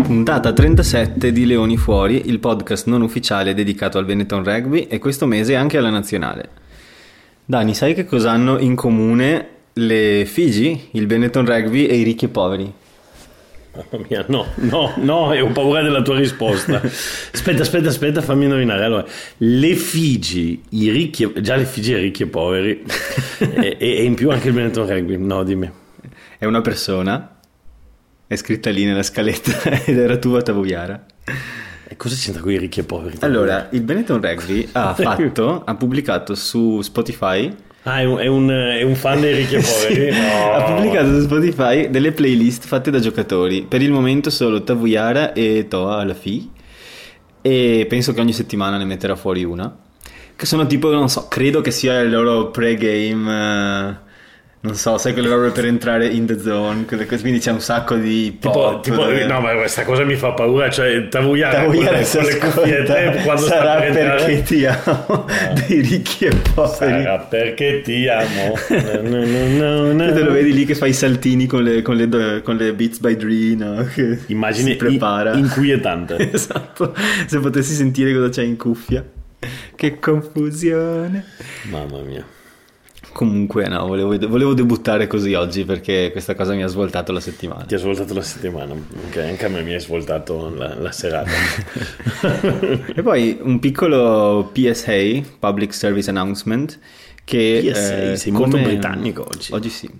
Puntata 37 di Leoni Fuori, il podcast non ufficiale dedicato al Benetton Rugby e questo mese anche alla nazionale. Dani, sai che cosa hanno in comune le Figi, il Benetton Rugby e i ricchi e poveri? Mamma mia, no, ho paura della tua risposta. Aspetta, fammi indovinare. Allora, le Figi, già le Figi, i ricchi e poveri, e in più anche il Benetton Rugby. No, dimmi. È una persona, è scritta lì nella scaletta ed era Tuva Tavoyara. E cosa c'entra con i ricchi e poveri? Allora, il Benetton Rugby ha pubblicato su Spotify. Ah, è un fan dei ricchi e poveri? No. Ha pubblicato su Spotify delle playlist fatte da giocatori. Per il momento solo Tavoyara e Toa alla FI. E penso che ogni settimana ne metterà fuori una. Che sono tipo, non so, credo che sia il loro pre-game. Non so, sai quelle robe per entrare in the zone, quindi c'è un sacco di pop. No, ma questa cosa mi fa paura, cioè Tavoyara con le cuffiette quando sarà sta per perché entrare... ti amo, dei ricchi e poveri. Sarà perché ti amo. Te lo vedi lì che fa i saltini con le Beats by Dre, no? Che immagine si prepara. Inquietante. Esatto, se potessi sentire cosa c'è in cuffia. Che confusione. Mamma mia. Comunque no, volevo debuttare così oggi perché questa cosa mi ha svoltato la settimana. Ti ha svoltato la settimana, ok, anche a me mi hai svoltato la serata. E poi un piccolo PSA, Public Service Announcement, che PSA, sei molto britannico oggi. Oggi sì.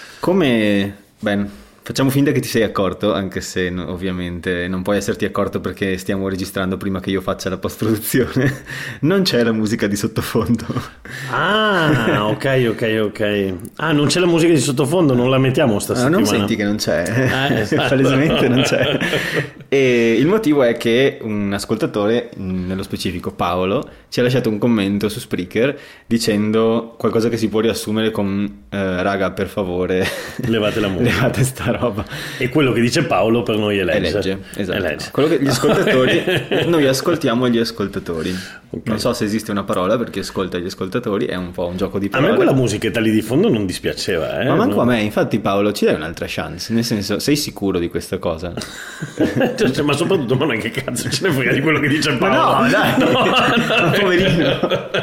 Facciamo finta che ti sei accorto, anche se ovviamente non puoi esserti accorto perché stiamo registrando prima che io faccia la post-produzione. Non c'è la musica di sottofondo. Ah, ok. Ah, non c'è la musica di sottofondo, non la mettiamo sta settimana. Non senti che non c'è, esatto. Palesemente non c'è. E il motivo è che un ascoltatore, nello specifico Paolo, ci ha lasciato un commento su Spreaker dicendo qualcosa che si può riassumere con raga, per favore, levate la musica. Levate sta roba. E quello che dice Paolo per noi è legge. Esatto. È legge. Quello che gli ascoltatori, noi ascoltiamo gli ascoltatori. Okay. Non so se esiste una parola perché ascolta gli ascoltatori, è un po' un gioco di parole. A me quella musichetta lì di fondo non dispiaceva, Ma manco a me, infatti Paolo, ci dai un'altra chance, nel senso, sei sicuro di questa cosa? Ma soprattutto, ma non che cazzo ce ne frega di quello che dice Paolo? No, dai, no. Poverino.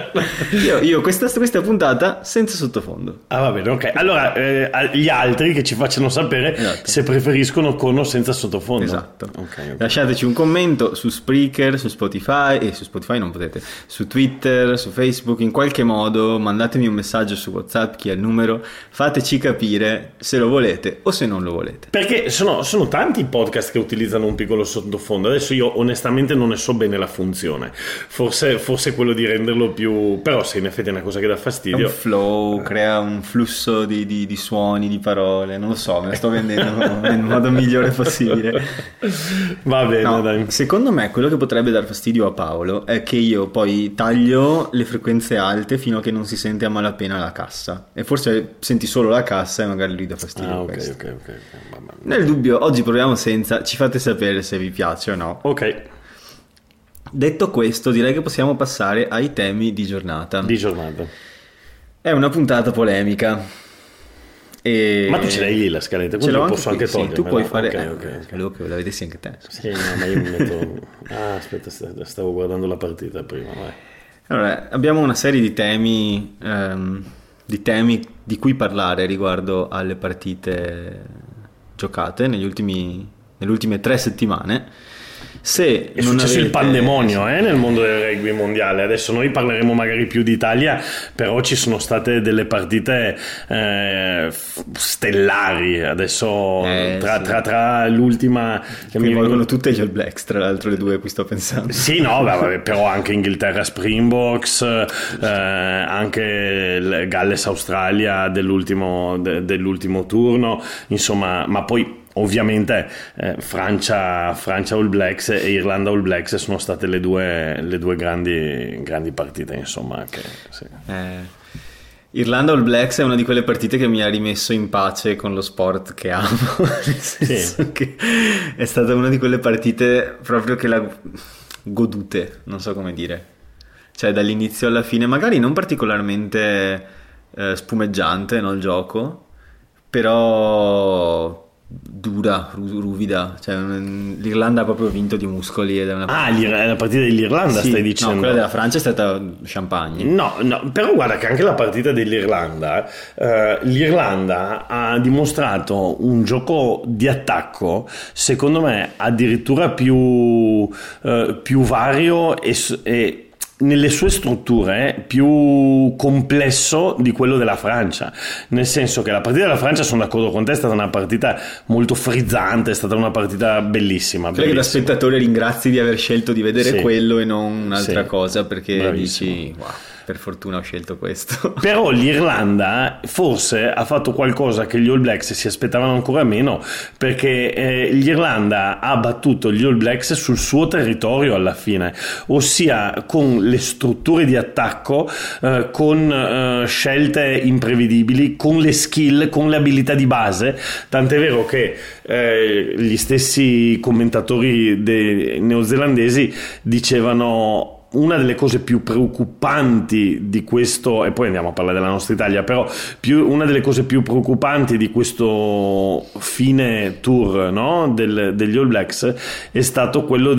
Io questa puntata senza sottofondo. Ah, va bene, ok. Allora, gli altri che ci facciano sapere se preferiscono con o senza sottofondo. Esatto. Okay. Lasciateci un commento su Spreaker, su Spotify, e su Spotify non potete, su Twitter, su Facebook, in qualche modo mandatemi un messaggio su WhatsApp, chi è il numero, fateci capire se lo volete o se non lo volete. Perché sono tanti i podcast che utilizzano un piccolo sottofondo. Adesso io onestamente non ne so bene la funzione. Forse quello di renderlo più... Però se in effetti è una cosa che dà fastidio. È un flow, crea un flusso di suoni, di parole, non lo so, me la sto vendendo nel modo migliore possibile. Va bene, dai. Secondo me quello che potrebbe dar fastidio a Paolo è che io poi taglio le frequenze alte fino a che non si sente a malapena la cassa, e forse senti solo la cassa e magari lui dà fastidio. Ok. Nel dubbio oggi proviamo senza, ci fate sapere se vi piace o no. Ok. Detto questo, direi che possiamo passare ai temi di giornata. È una puntata polemica. Ma tu ce l'hai lì la scaletta, quindi posso anche togliere. Sì, tu puoi fare. Ok. Credo che la vedessi anche te. Sì, no, ma io mi metto. Aspetta, stavo guardando la partita prima. Vai. Allora, abbiamo una serie di temi di cui parlare riguardo alle partite giocate nelle ultime 3 settimane. Se è successo il pandemonio nel mondo del rugby mondiale. Adesso noi parleremo magari più d'Italia, però ci sono state delle partite stellari adesso tra l'ultima che mi rivolgono tutte gli All Blacks, tra l'altro le due a cui sto pensando. Sì, no, però anche Inghilterra Springboks, anche Galles Australia dell'ultimo turno, insomma, ma poi ovviamente Francia All Blacks e Irlanda All Blacks sono state le due grandi partite, insomma. Sì. Irlanda All Blacks è una di quelle partite che mi ha rimesso in pace con lo sport che amo, nel senso che è stata una di quelle partite proprio che la godute, non so come dire, cioè dall'inizio alla fine, magari non particolarmente spumeggiante, no, il gioco, però dura, ruvida, cioè l'Irlanda ha proprio vinto di muscoli ed è una la partita dell'Irlanda, sì, stai dicendo? No, quella della Francia è stata champagne. No, però guarda che anche la partita dell'Irlanda, l'Irlanda ha dimostrato un gioco di attacco, secondo me addirittura più vario e nelle sue strutture più complesso di quello della Francia, nel senso che la partita della Francia, sono d'accordo con te, è stata una partita molto frizzante, è stata una partita bellissima. Credo che da spettatore ringrazi di aver scelto di vedere quello e non un'altra Sì. cosa, perché Bravissimo. dici wow, per fortuna ho scelto questo. Però l'Irlanda forse ha fatto qualcosa che gli All Blacks si aspettavano ancora meno, perché l'Irlanda ha battuto gli All Blacks sul suo territorio alla fine, ossia con le strutture di attacco, con scelte imprevedibili, con le skill, con le abilità di base, tant'è vero che gli stessi commentatori neozelandesi dicevano: una delle cose più preoccupanti di questo, e poi andiamo a parlare della nostra Italia, però una delle cose più preoccupanti di questo fine tour, no? degli All Blacks è stato quello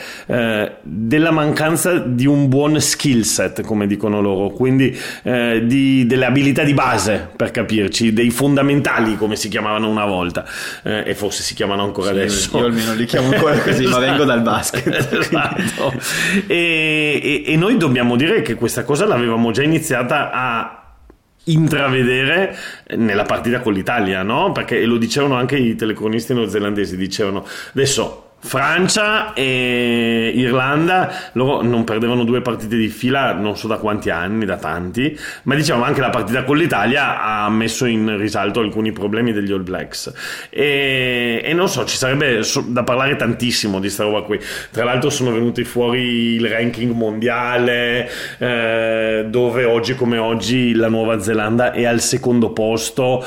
della mancanza di un buon skill set, come dicono loro, quindi delle abilità di base, per capirci, dei fondamentali, come si chiamavano una volta, e forse si chiamano ancora adesso. Io almeno li chiamo ancora così, ma vengo dal basket. Esatto. E noi dobbiamo dire che questa cosa l'avevamo già iniziata a intravedere nella partita con l'Italia, no? Perché lo dicevano anche i telecronisti neozelandesi, dicevano adesso Francia e Irlanda, loro non perdevano 2 partite di fila, non so da quanti anni, da tanti, ma diciamo anche la partita con l'Italia ha messo in risalto alcuni problemi degli All Blacks e non so, ci sarebbe da parlare tantissimo di sta roba qui. Tra l'altro sono venuti fuori il ranking mondiale, dove oggi come oggi la Nuova Zelanda è al secondo posto,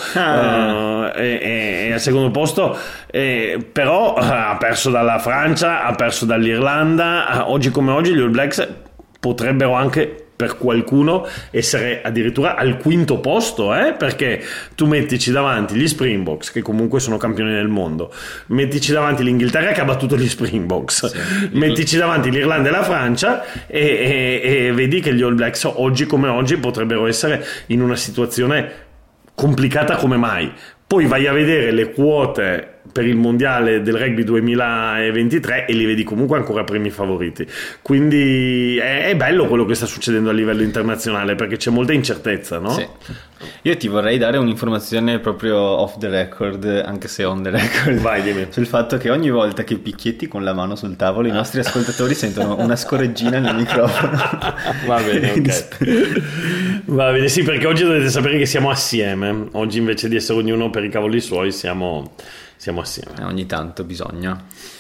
è al secondo posto, però ha perso dalla Francia, ha perso dall'Irlanda. Oggi come oggi gli All Blacks potrebbero anche, per qualcuno, essere addirittura al quinto posto, perché tu mettici davanti gli Springboks, che comunque sono campioni del mondo, mettici davanti l'Inghilterra che ha battuto gli Springboks, sì. Mettici davanti l'Irlanda e la Francia e vedi che gli All Blacks oggi come oggi potrebbero essere in una situazione complicata come mai. Poi vai a vedere le quote per il mondiale del rugby 2023 e li vedi comunque ancora primi favoriti, quindi è bello quello che sta succedendo a livello internazionale, perché c'è molta incertezza, no? Sì. Io ti vorrei dare un'informazione proprio off the record, anche se on the record. Vai, dimmi. Sul fatto che ogni volta che picchietti con la mano sul tavolo i nostri ascoltatori sentono una scorreggina nel microfono. Va bene, ok. Va bene, sì, perché oggi dovete sapere che siamo assieme. Oggi invece di essere ognuno per i cavoli suoi siamo assieme. Ogni tanto bisogna.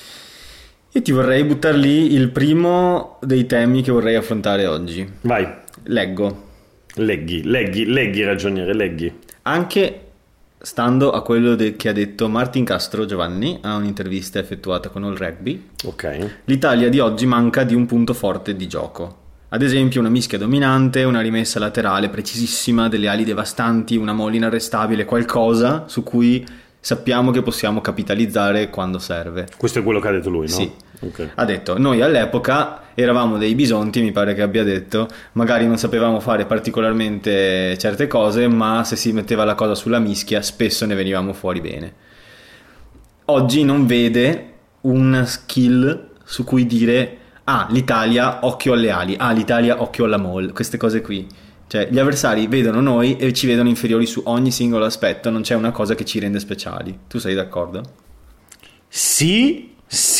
Io ti vorrei buttare lì il primo dei temi che vorrei affrontare oggi. Vai. Leggi, ragioniere, leggi. Anche stando a quello che ha detto Martin Castro Giovanni a un'intervista effettuata con All Rugby, ok, l'Italia di oggi manca di un punto forte di gioco. Ad esempio una mischia dominante, una rimessa laterale precisissima, delle ali devastanti, una molla inarrestabile, qualcosa su cui sappiamo che possiamo capitalizzare quando serve. Questo è quello che ha detto lui, no? Sì. Okay. Ha detto, noi all'epoca eravamo dei bisonti, mi pare che abbia detto, magari non sapevamo fare particolarmente certe cose, ma se si metteva la cosa sulla mischia spesso ne venivamo fuori bene. Oggi non vede una skill su cui dire l'Italia occhio alle ali, l'Italia occhio alla molla, queste cose qui. Cioè gli avversari vedono noi e ci vedono inferiori su ogni singolo aspetto, non c'è una cosa che ci rende speciali. Tu sei d'accordo? Sì,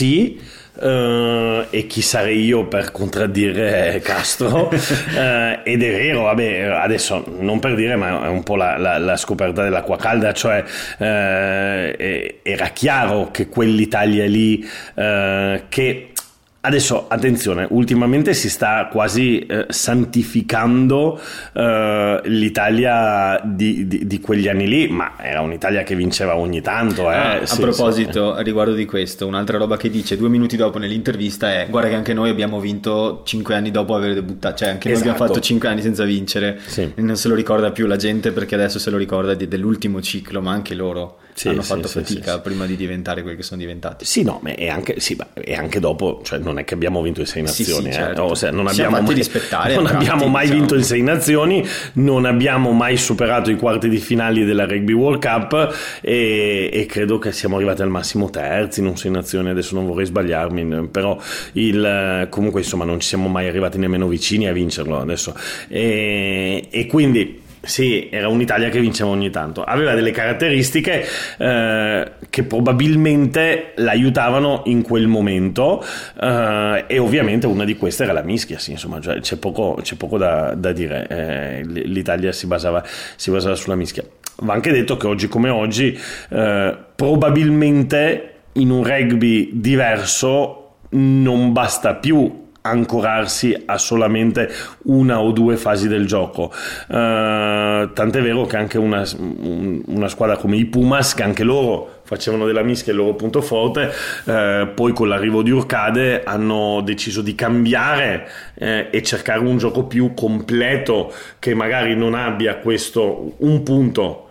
e chi sarei io per contraddire Castro? Ed è vero, vabbè, adesso non per dire, ma è un po' la scoperta dell'acqua calda, cioè era chiaro che quell'Italia lì che adesso, attenzione, ultimamente si sta quasi santificando l'Italia di quegli anni lì, ma era un'Italia che vinceva ogni tanto. A proposito, a riguardo di questo, un'altra roba che dice 2 minuti dopo nell'intervista è: guarda che anche noi abbiamo vinto 5 anni dopo aver debuttato, cioè anche noi abbiamo fatto 5 anni senza vincere, sì. E non se lo ricorda più la gente perché adesso se lo ricorda dell'ultimo ciclo, ma anche loro hanno fatto fatica prima di diventare quelli che sono diventati. Sì, no, e anche dopo, cioè non è che abbiamo vinto in 6 nazioni, certo. Non abbiamo mai vinto in 6 nazioni, non abbiamo mai superato i quarti di finali della Rugby World Cup e credo che siamo arrivati al massimo terzi, non 6 nazioni, adesso non vorrei sbagliarmi, però comunque insomma non ci siamo mai arrivati nemmeno vicini a vincerlo adesso, e quindi sì, era un'Italia che vinceva ogni tanto, aveva delle caratteristiche che probabilmente l'aiutavano in quel momento, e ovviamente una di queste era la mischia, sì, insomma, cioè, c'è poco da dire, l'Italia si basava sulla mischia. Va anche detto che oggi come oggi probabilmente in un rugby diverso non basta più ancorarsi a solamente una o due fasi del gioco, tant'è vero che anche una squadra come i Pumas, che anche loro facevano della mischia il loro punto forte, poi con l'arrivo di Urcade hanno deciso di cambiare e cercare un gioco più completo, che magari non abbia questo un punto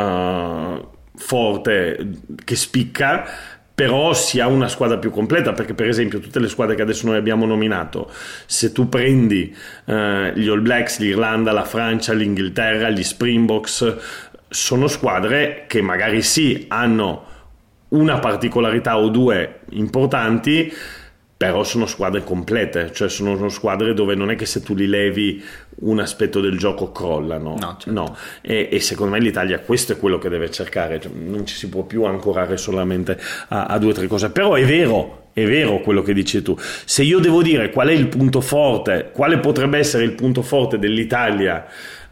forte che spicca, però si ha una squadra più completa, perché per esempio tutte le squadre che adesso noi abbiamo nominato, se tu prendi gli All Blacks, l'Irlanda, la Francia, l'Inghilterra, gli Springboks, sono squadre che magari sì hanno una particolarità o due importanti, però sono squadre complete, cioè sono squadre dove non è che se tu li levi un aspetto del gioco crollano, no, certo. No. E secondo me l'Italia questo è quello che deve cercare, cioè, non ci si può più ancorare solamente a due o tre cose, però è vero quello che dici tu. Se io devo dire qual è il punto forte, quale potrebbe essere il punto forte dell'Italia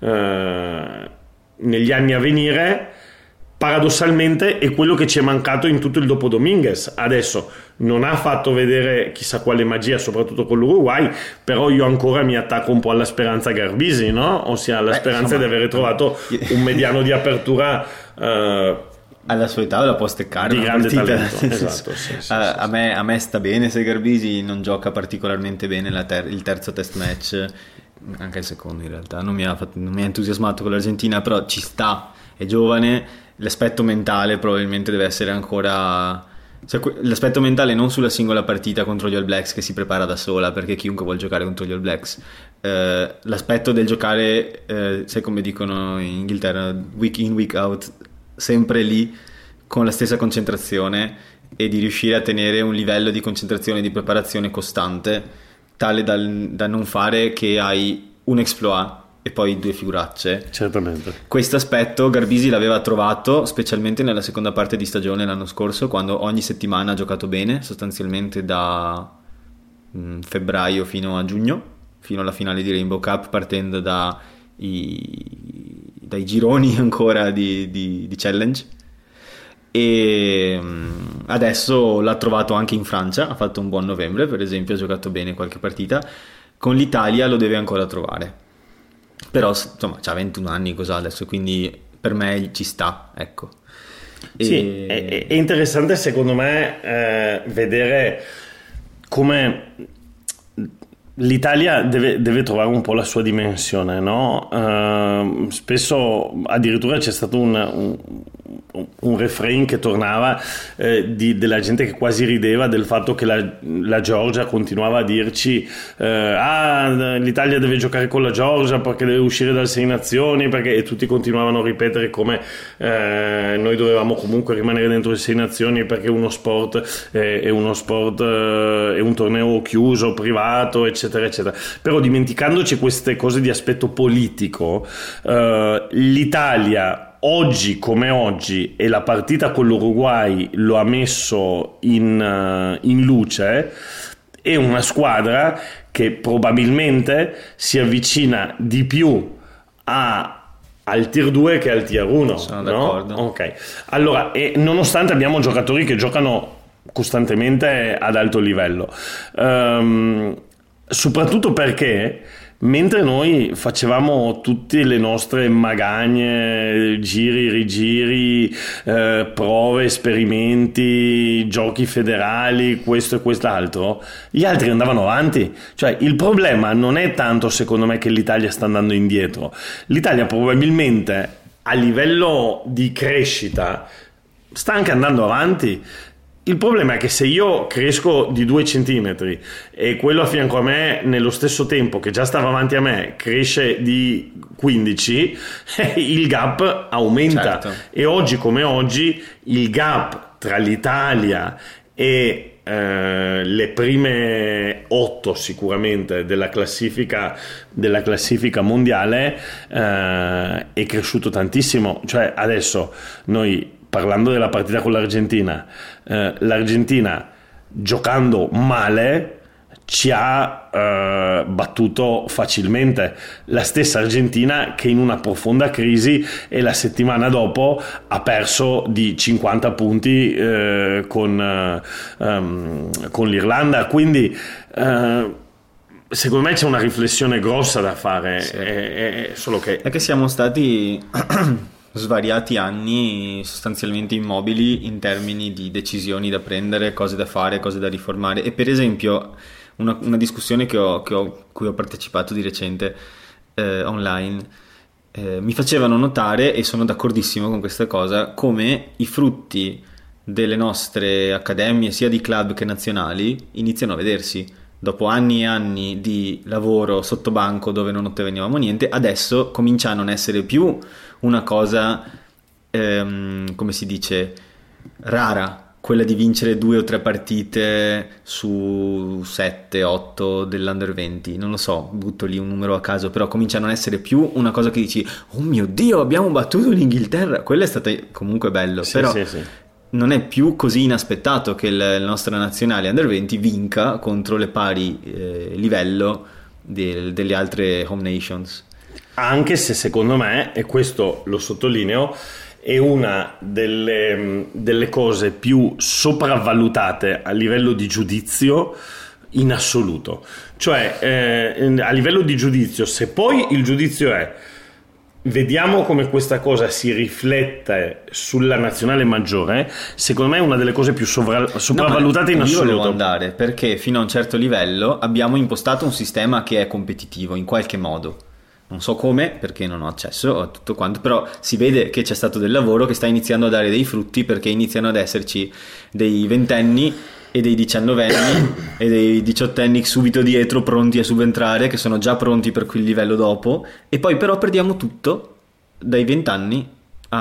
negli anni a venire, paradossalmente è quello che ci è mancato in tutto il dopo Dominguez. Adesso non ha fatto vedere chissà quale magia, soprattutto con l'Uruguay, però io ancora mi attacco un po' alla speranza Garbisi, no? Ossia alla speranza di aver trovato un mediano di apertura alla sua età la può steccare di grande talento. Esatto, sì, a me sta bene se Garbisi non gioca particolarmente bene il terzo test match, anche il secondo in realtà non mi ha entusiasmato con l'Argentina, però ci sta, è giovane. L'aspetto mentale probabilmente deve essere ancora, cioè, l'aspetto mentale non sulla singola partita contro gli All Blacks, che si prepara da sola, perché chiunque vuole giocare contro gli All Blacks, l'aspetto del giocare, sai come dicono in Inghilterra, week in week out, sempre lì con la stessa concentrazione, e di riuscire a tenere un livello di concentrazione e di preparazione costante tale da non fare che hai un exploit e poi due figuracce. Certamente. Questo aspetto Garbisi l'aveva trovato specialmente nella seconda parte di stagione l'anno scorso, quando ogni settimana ha giocato bene, sostanzialmente da febbraio fino a giugno, fino alla finale di Rainbow Cup, partendo dai gironi ancora di challenge, e adesso l'ha trovato anche in Francia, ha fatto un buon novembre per esempio, ha giocato bene qualche partita. Con l'Italia lo deve ancora trovare, però insomma c'ha 21 anni adesso, quindi per me ci sta, ecco. Sì, è interessante secondo me vedere come l'Italia deve trovare un po' la sua dimensione, no? Spesso addirittura c'è stato un refrain che tornava della gente che quasi rideva del fatto che la Georgia continuava a dirci l'Italia deve giocare con la Georgia perché deve uscire dalle 6 nazioni, e tutti continuavano a ripetere come noi dovevamo comunque rimanere dentro le 6 nazioni perché uno sport è un torneo chiuso, privato, eccetera eccetera. Però dimenticandoci queste cose di aspetto politico, l'Italia oggi come oggi, e la partita con l'Uruguay lo ha messo in luce, è una squadra che probabilmente si avvicina di più al tier 2 che al tier 1. Sono d'accordo. Ok. Allora, e nonostante abbiamo giocatori che giocano costantemente ad alto livello, soprattutto perché mentre noi facevamo tutte le nostre magagne, giri, rigiri, prove, esperimenti, giochi federali, questo e quest'altro, gli altri andavano avanti. Cioè il problema non è tanto secondo me che l'Italia sta andando indietro. L'Italia probabilmente a livello di crescita sta anche andando avanti. Il problema è che se io cresco di 2 centimetri e quello a fianco a me nello stesso tempo che già stava avanti a me cresce di 15, il gap aumenta. Certo. E oggi come oggi il gap tra l'Italia e le prime 8 sicuramente della classifica mondiale è cresciuto tantissimo. Cioè adesso noi, parlando della partita con l'Argentina, l'Argentina giocando male ci ha battuto facilmente, la stessa Argentina che in una profonda crisi e la settimana dopo ha perso di 50 punti con l'Irlanda. Quindi secondo me c'è una riflessione grossa da fare. Sì. Solo che è che siamo stati svariati anni sostanzialmente immobili in termini di decisioni da prendere, cose da fare, cose da riformare. E per esempio una discussione cui ho partecipato di recente online mi facevano notare, e sono d'accordissimo con questa cosa, come i frutti delle nostre accademie sia di club che nazionali iniziano a vedersi. Dopo anni e anni di lavoro sotto banco dove non ottenevamo niente, adesso comincia a non essere più una cosa, come si dice, rara, quella di vincere 2 o 3 partite su 7, 8 dell'Under 20, non lo so, butto lì un numero a caso, però comincia a non essere più una cosa che dici, oh mio Dio, abbiamo battuto l'Inghilterra, quello è stato comunque bello, sì, però sì. non è più così inaspettato che la nostra nazionale Under 20 vinca contro le pari livello delle altre home nations. Anche se secondo me, e questo lo sottolineo, è una delle cose più sopravvalutate a livello di giudizio in assoluto. Cioè a livello di giudizio, se poi il giudizio è vediamo come questa cosa si riflette sulla nazionale maggiore, secondo me è una delle cose più sopravvalutate in assoluto. Io volevo andare perché fino a un certo livello abbiamo impostato un sistema che è competitivo in qualche modo. Non so come, perché non ho accesso a tutto quanto, però si vede che c'è stato del lavoro che sta iniziando a dare dei frutti, perché iniziano ad esserci dei ventenni e dei 19enni e dei 18enni subito dietro pronti a subentrare, che sono già pronti per quel livello dopo, e poi però perdiamo tutto dai 20 anni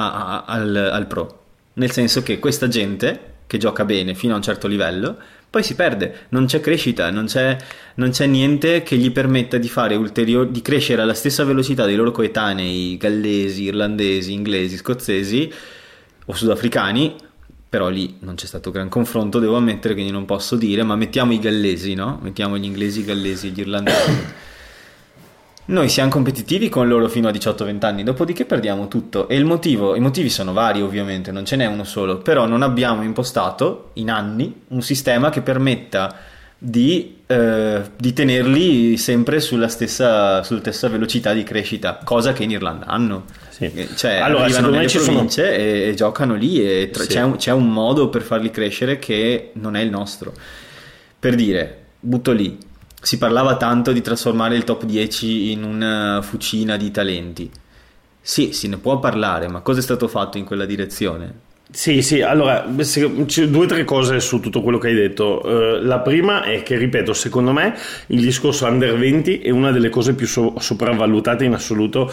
al pro, nel senso che questa gente che gioca bene fino a un certo livello poi si perde, non c'è crescita, non c'è niente che gli permetta di fare di crescere alla stessa velocità dei loro coetanei gallesi, irlandesi, inglesi, scozzesi o sudafricani. Però lì non c'è stato gran confronto, devo ammettere, quindi non posso dire, ma mettiamo i gallesi, no? Mettiamo gli inglesi, i gallesi, gli irlandesi. Noi siamo competitivi con loro fino a 18-20 anni, dopodiché perdiamo tutto. E i motivi sono vari, ovviamente, non ce n'è uno solo, però non abbiamo impostato in anni un sistema che permetta di tenerli sempre sulla stessa velocità di crescita, cosa che in Irlanda hanno. Sì. Cioè allora, arrivano nelle province e giocano lì e sì. c'è un modo per farli crescere che non è il nostro. Per dire, butto lì, si parlava tanto di trasformare il top 10 in una fucina di talenti. Sì, se ne può parlare, ma cosa è stato fatto in quella direzione? Sì, allora c'è 2 o 3 cose su tutto quello che hai detto. La prima è che, ripeto, secondo me il discorso Under 20 è una delle cose più sopravvalutate in assoluto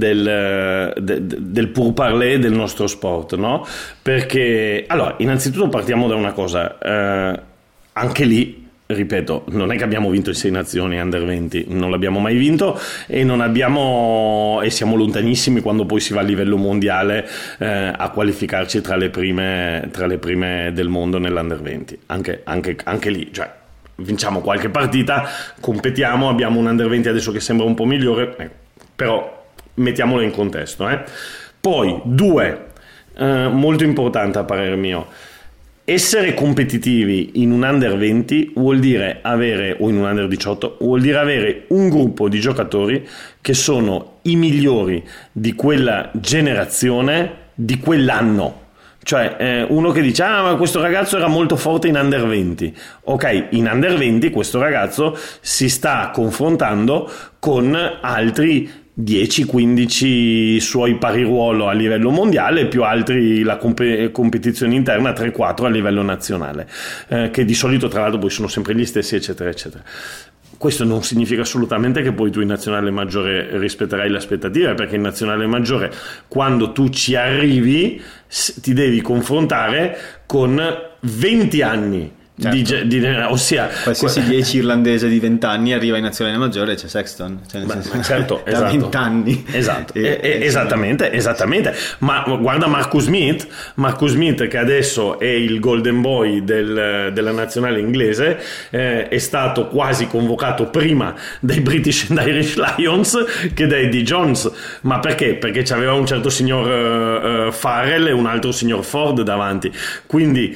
del pourparlers del nostro sport, no? Perché, allora, innanzitutto partiamo da una cosa, anche lì, ripeto, non è che abbiamo vinto in 6 nazioni Under 20, non l'abbiamo mai vinto e siamo lontanissimi quando poi si va a livello mondiale a qualificarci tra le prime del mondo nell'Under 20. Anche lì, cioè, vinciamo qualche partita, competiamo, abbiamo un Under 20 adesso che sembra un po' migliore, però mettiamolo in contesto. Poi 2, molto importante a parer mio, essere competitivi in un Under 20 vuol dire avere, o in un Under 18, vuol dire avere un gruppo di giocatori che sono i migliori di quella generazione, di quell'anno. Cioè uno che dice, ma questo ragazzo era molto forte in Under 20. Ok, in Under 20 questo ragazzo si sta confrontando con altri 10-15 suoi pari ruolo a livello mondiale, più altri la competizione interna 3-4 a livello nazionale, che di solito tra l'altro poi sono sempre gli stessi, eccetera eccetera. Questo non significa assolutamente che poi tu in nazionale maggiore rispetterai le aspettative, perché in nazionale maggiore, quando tu ci arrivi, ti devi confrontare con 20 anni. Certo. Ossia qualsiasi 10 irlandese di 20 anni arriva in nazionale maggiore, c'è Sexton, certo, da esatto. 20 anni, esatto. Esattamente. Ma guarda Marcus Smith che adesso è il golden boy della nazionale inglese, è stato quasi convocato prima dai British and Irish Lions che da Eddie Jones. Ma perché? Perché c'aveva un certo signor Farrell e un altro signor Ford davanti, quindi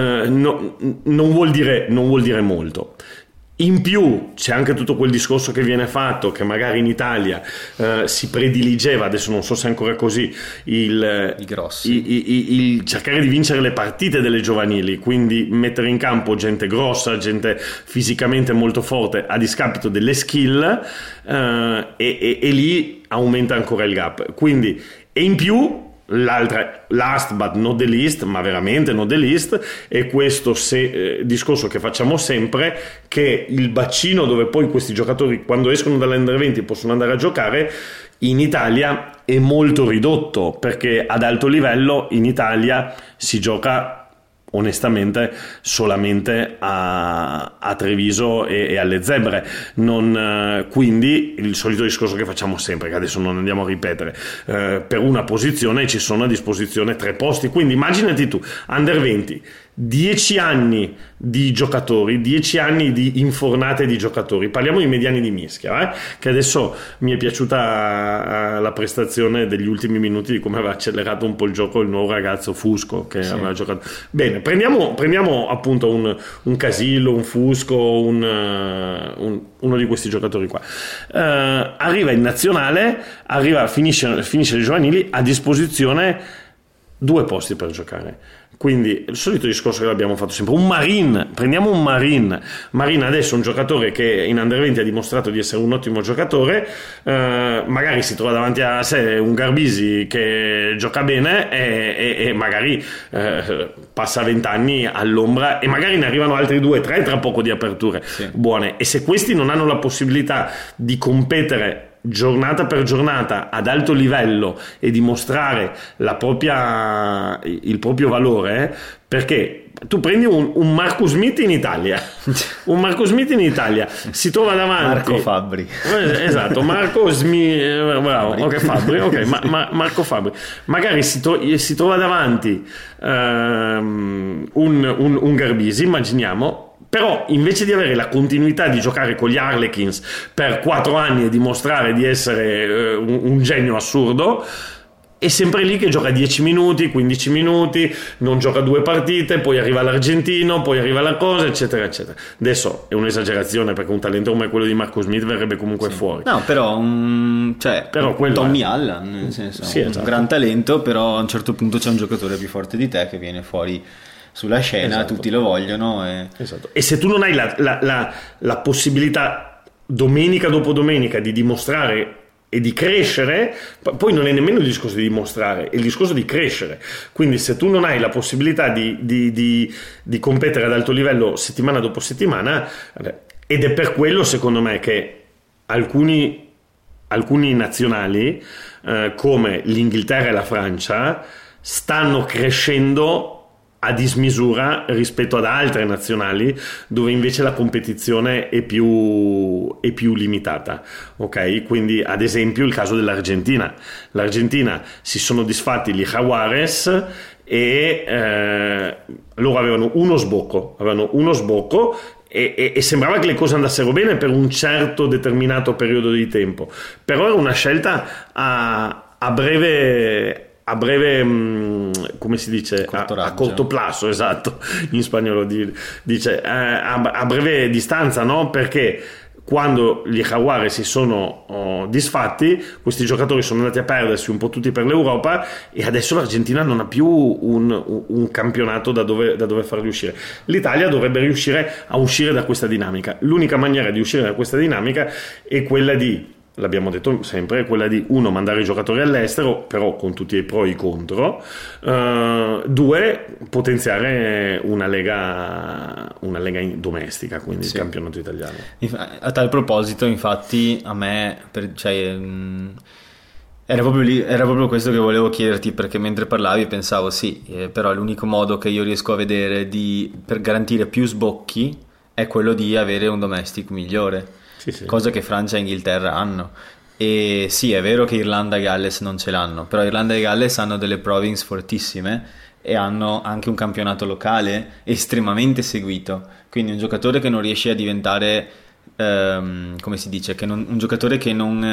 non vuol dire molto. In più c'è anche tutto quel discorso che viene fatto, che magari in Italia si prediligeva, adesso non so se è ancora così, il cercare di vincere le partite delle giovanili, quindi mettere in campo gente grossa, gente fisicamente molto forte a discapito delle skill, e lì aumenta ancora il gap. Quindi, e in più l'altra, last but not the least, ma veramente not the least, è questo discorso che facciamo sempre, che il bacino dove poi questi giocatori quando escono dall'Under 20 possono andare a giocare in Italia è molto ridotto, perché ad alto livello in Italia si gioca onestamente solamente a Treviso e alle Zebre, quindi il solito discorso che facciamo sempre, che adesso non andiamo a ripetere, per una posizione ci sono a disposizione 3 posti, quindi immaginati tu, Under 20, 10 anni di giocatori, 10 anni di infornate di giocatori, parliamo di mediani di mischia, che adesso mi è piaciuta la prestazione degli ultimi minuti di come aveva accelerato un po' il gioco il nuovo ragazzo Fusco che aveva giocato bene. Prendiamo appunto un Casillo, un Fusco, uno di questi giocatori qua, arriva in nazionale, finisce le giovanili, a disposizione 2 posti per giocare. Quindi il solito discorso che abbiamo fatto sempre, prendiamo un Marin adesso, un giocatore che in Under 20 ha dimostrato di essere un ottimo giocatore, magari si trova davanti a sé un Garbisi che gioca bene e magari passa 20 anni all'ombra, e magari ne arrivano altri 2-3 tra poco di aperture buone, e se questi non hanno la possibilità di competere giornata per giornata ad alto livello e dimostrare il proprio valore, perché tu prendi un Marcus Smith in Italia si trova davanti Marco Fabbri, esatto, Marco Smith, bravo, ok, Fabbri, ok, Marco Fabbri magari si trova davanti un Garbisi, immaginiamo. Però invece di avere la continuità di giocare con gli Harlequins per 4 anni e dimostrare di essere un genio assurdo, è sempre lì che gioca 10 minuti, 15 minuti, non gioca 2 partite, poi arriva l'argentino, poi arriva la cosa, eccetera eccetera. Adesso è un'esagerazione, perché un talento come quello di Marco Smith verrebbe comunque fuori. No, però Tommy Allen, nel senso, esatto. Un gran talento, però a un certo punto c'è un giocatore più forte di te che viene fuori sulla scena, esatto. Tutti lo vogliono esatto. E se tu non hai la possibilità domenica dopo domenica di dimostrare e di crescere, poi non è nemmeno il discorso di dimostrare, è il discorso di crescere. Quindi se tu non hai la possibilità di competere ad alto livello settimana dopo settimana, ed è per quello secondo me che alcuni nazionali come l'Inghilterra e la Francia stanno crescendo a dismisura rispetto ad altre nazionali dove invece la competizione è più limitata, ok? Quindi ad esempio il caso dell'Argentina. L'Argentina si sono disfatti gli Jaguares e loro avevano uno sbocco e sembrava che le cose andassero bene per un certo determinato periodo di tempo, però era una scelta a breve, come si dice, a corto plazo, esatto, in spagnolo dice a breve distanza, no? Perché quando gli Jaguari si sono disfatti, questi giocatori sono andati a perdersi un po' tutti per l'Europa, e adesso l'Argentina non ha più un campionato da dove farli uscire. L'Italia dovrebbe riuscire a uscire da questa dinamica. L'unica maniera di uscire da questa dinamica è quella di l'abbiamo detto sempre, è quella di uno, mandare i giocatori all'estero, però con tutti i pro e i contro, due, potenziare una lega domestica, quindi il campionato italiano. A tal proposito, infatti, a me era proprio questo che volevo chiederti, perché mentre parlavi pensavo però l'unico modo che io riesco a vedere per garantire più sbocchi è quello di avere un domestic migliore, cosa che Francia e Inghilterra hanno. E sì, è vero che Irlanda e Galles non ce l'hanno, però Irlanda e Galles hanno delle province fortissime e hanno anche un campionato locale estremamente seguito, quindi un giocatore che non riesce a diventare come si dice, un giocatore che non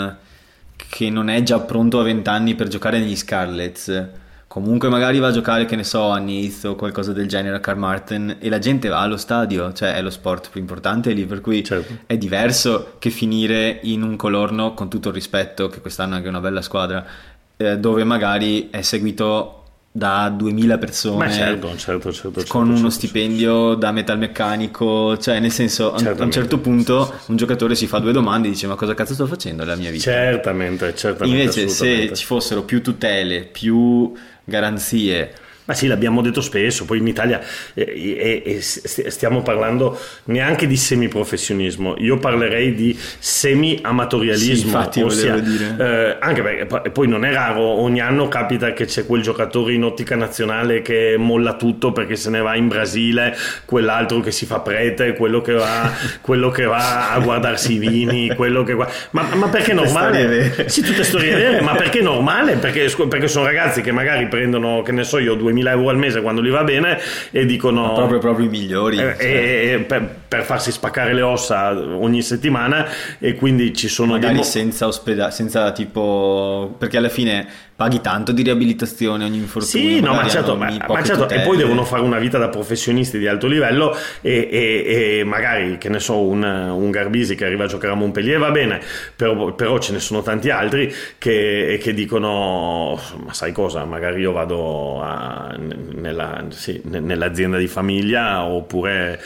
è già pronto a 20 anni per giocare negli Scarlets, comunque magari va a giocare, che ne so, a Nice o qualcosa del genere, a Carmarthen, e la gente va allo stadio, cioè è lo sport più importante lì, per cui è diverso che finire in un Colorno, con tutto il rispetto, che quest'anno è anche una bella squadra, dove magari è seguito da 2000 persone, ma certo, con uno stipendio da metalmeccanico, cioè nel senso a un certo punto un giocatore si fa due domande e dice: ma cosa cazzo sto facendo nella mia vita? Certamente. Invece se ci fossero più tutele, più garanzie. Ma sì, l'abbiamo detto spesso, poi in Italia stiamo parlando neanche di semiprofessionismo, io parlerei di semi-amatorialismo. Sì, infatti volevo dire. Anche perché poi non è raro, ogni anno capita che c'è quel giocatore in ottica nazionale che molla tutto perché se ne va in Brasile, quell'altro che si fa prete, quello che va a guardarsi i vini, quello che ma perché è normale? Sì, tutte storie vere, ma perché è normale? Perché sono ragazzi che magari prendono, che ne so io, 2000 euro al mese quando gli va bene e dicono proprio i migliori, per farsi spaccare le ossa ogni settimana, e quindi ci sono magari senza tipo, perché alla fine paghi tanto di riabilitazione ogni infortunio. Sì, no, ma certo, e poi devono fare una vita da professionisti di alto livello e magari, che ne so, un Garbisi che arriva a giocare a Montpellier va bene, però ce ne sono tanti altri che dicono: ma sai cosa, magari io vado nell'azienda di famiglia oppure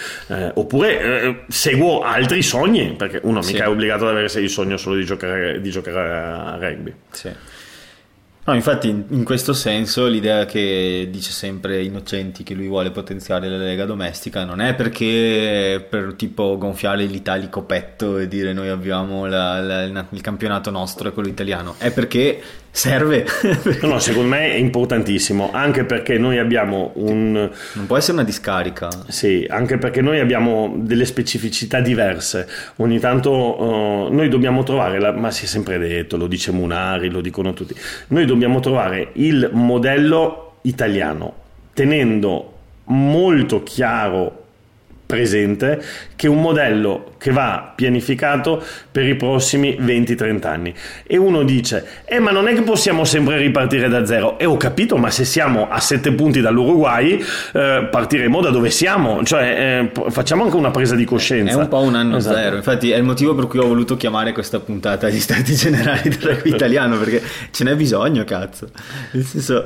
seguo altri sogni, perché uno mica è obbligato ad avere il sogno solo di giocare a rugby. Sì. No, infatti in questo senso l'idea che dice sempre Innocenti che lui vuole potenziare la lega domestica non è perché per tipo gonfiare l'italico petto e dire noi abbiamo il campionato nostro e quello italiano, è perché serve. No, secondo me è importantissimo, anche perché noi abbiamo non può essere una discarica. Sì, anche perché noi abbiamo delle specificità diverse. Ogni tanto noi dobbiamo trovare, ma si è sempre detto, lo dice Munari, lo dicono tutti, noi dobbiamo trovare il modello italiano, tenendo molto chiaro presente che un modello che va pianificato per i prossimi 20-30 anni. E uno dice: ma non è che possiamo sempre ripartire da zero. E ho capito, ma se siamo a 7 punti dall'Uruguay, partiremo da dove siamo, cioè facciamo anche una presa di coscienza. È un po' un anno zero, infatti è il motivo per cui ho voluto chiamare questa puntata gli stati generali del rugby italiano, perché ce n'è bisogno, cazzo, nel senso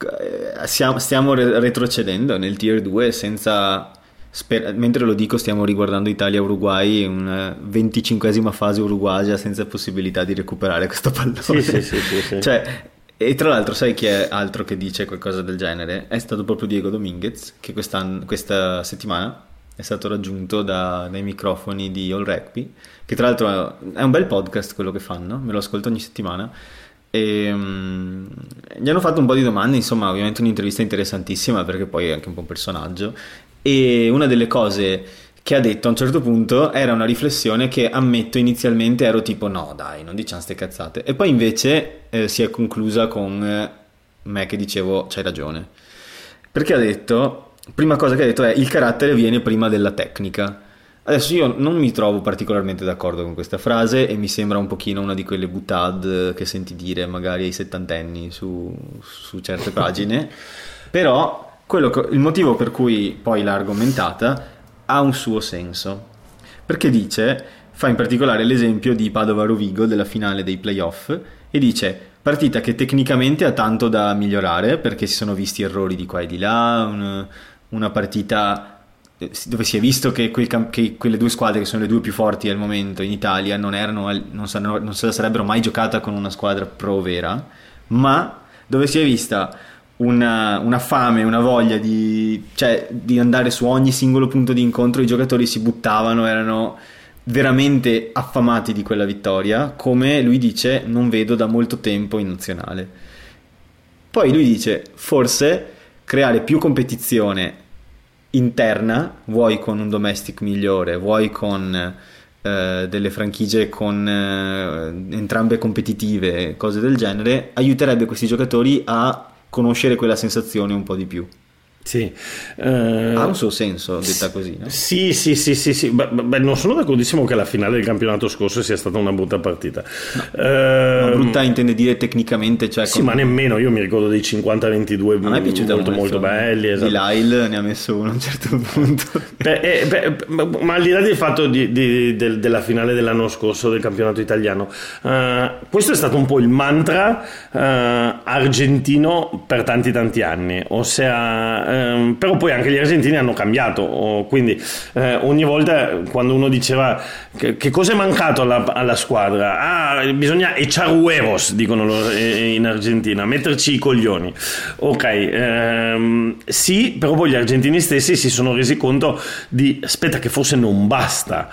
stiamo retrocedendo nel tier 2 senza... mentre lo dico stiamo riguardando Italia-Uruguay, una 25esima fase uruguagia senza possibilità di recuperare questo pallone. Sì. Cioè, e tra l'altro sai chi è altro che dice qualcosa del genere? È stato proprio Diego Dominguez, che questa settimana è stato raggiunto dai microfoni di All Rugby, che tra l'altro è un bel podcast quello che fanno, me lo ascolto ogni settimana, e gli hanno fatto un po' di domande, insomma ovviamente un'intervista interessantissima perché poi è anche un po' un personaggio. E una delle cose che ha detto a un certo punto era una riflessione che, ammetto, inizialmente ero tipo no dai, non diciamo ste cazzate, e poi invece si è conclusa con me che dicevo c'hai ragione, perché ha detto, prima cosa che ha detto è: il carattere viene prima della tecnica. Adesso io non mi trovo particolarmente d'accordo con questa frase e mi sembra un pochino una di quelle boutade che senti dire magari ai settantenni su certe pagine, però il motivo per cui poi l'ha argomentata ha un suo senso, perché fa in particolare l'esempio di Padova-Rovigo della finale dei playoff e dice: partita che tecnicamente ha tanto da migliorare perché si sono visti errori di qua e di là, una partita dove si è visto che quelle due squadre, che sono le due più forti al momento in Italia, non se la sarebbero mai giocata con una squadra pro vera, ma dove si è vista una fame, una voglia di andare su ogni singolo punto di incontro. I giocatori si buttavano, erano veramente affamati di quella vittoria, come lui dice non vedo da molto tempo in nazionale. Poi lui dice forse creare più competizione interna, vuoi con un domestic migliore, vuoi con delle franchigie con entrambe competitive, cose del genere, aiuterebbe questi giocatori a conoscere quella sensazione un po' di più. Sì, ha un suo senso detta così, no? Sì. Beh, non sono d'accordissimo che la finale del campionato scorso sia stata una brutta partita. No. Brutta intende dire tecnicamente, cioè sì, ma nemmeno. Io mi ricordo dei 50-22 a me è piaciuta molto belli. Esatto. Di Lyle ne ha messo uno a un certo punto. Ma al di là del fatto della finale dell'anno scorso del campionato italiano, questo è stato un po' il mantra argentino per tanti anni, ossia però poi anche gli argentini hanno cambiato, quindi ogni volta quando uno diceva che cosa è mancato alla squadra, bisogna echar huevos, dicono loro in Argentina, metterci i coglioni. Ok, sì, però poi gli argentini stessi si sono resi conto di aspetta che forse non basta,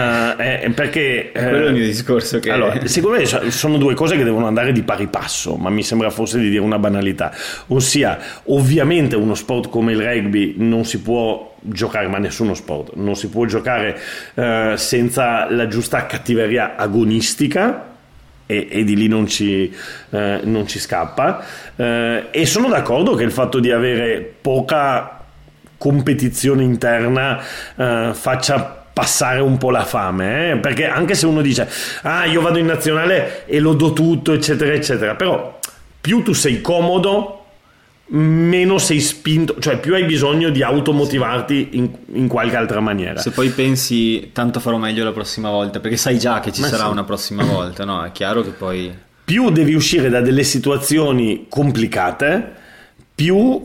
perché quello è il mio discorso, che allora, secondo me sono due cose che devono andare di pari passo, ma mi sembra forse di dire una banalità, ossia ovviamente uno sport come il rugby non si può giocare, ma nessuno sport non si può giocare senza la giusta cattiveria agonistica, e di lì non ci scappa, e sono d'accordo che il fatto di avere poca competizione interna faccia passare un po' la fame, perché anche se uno dice io vado in nazionale e lo do tutto eccetera eccetera, però più tu sei comodo meno sei spinto, cioè più hai bisogno di automotivarti in qualche altra maniera. Se poi pensi tanto farò meglio la prossima volta, perché sai già che ci sarà una prossima volta, no? È chiaro che poi più devi uscire da delle situazioni complicate, più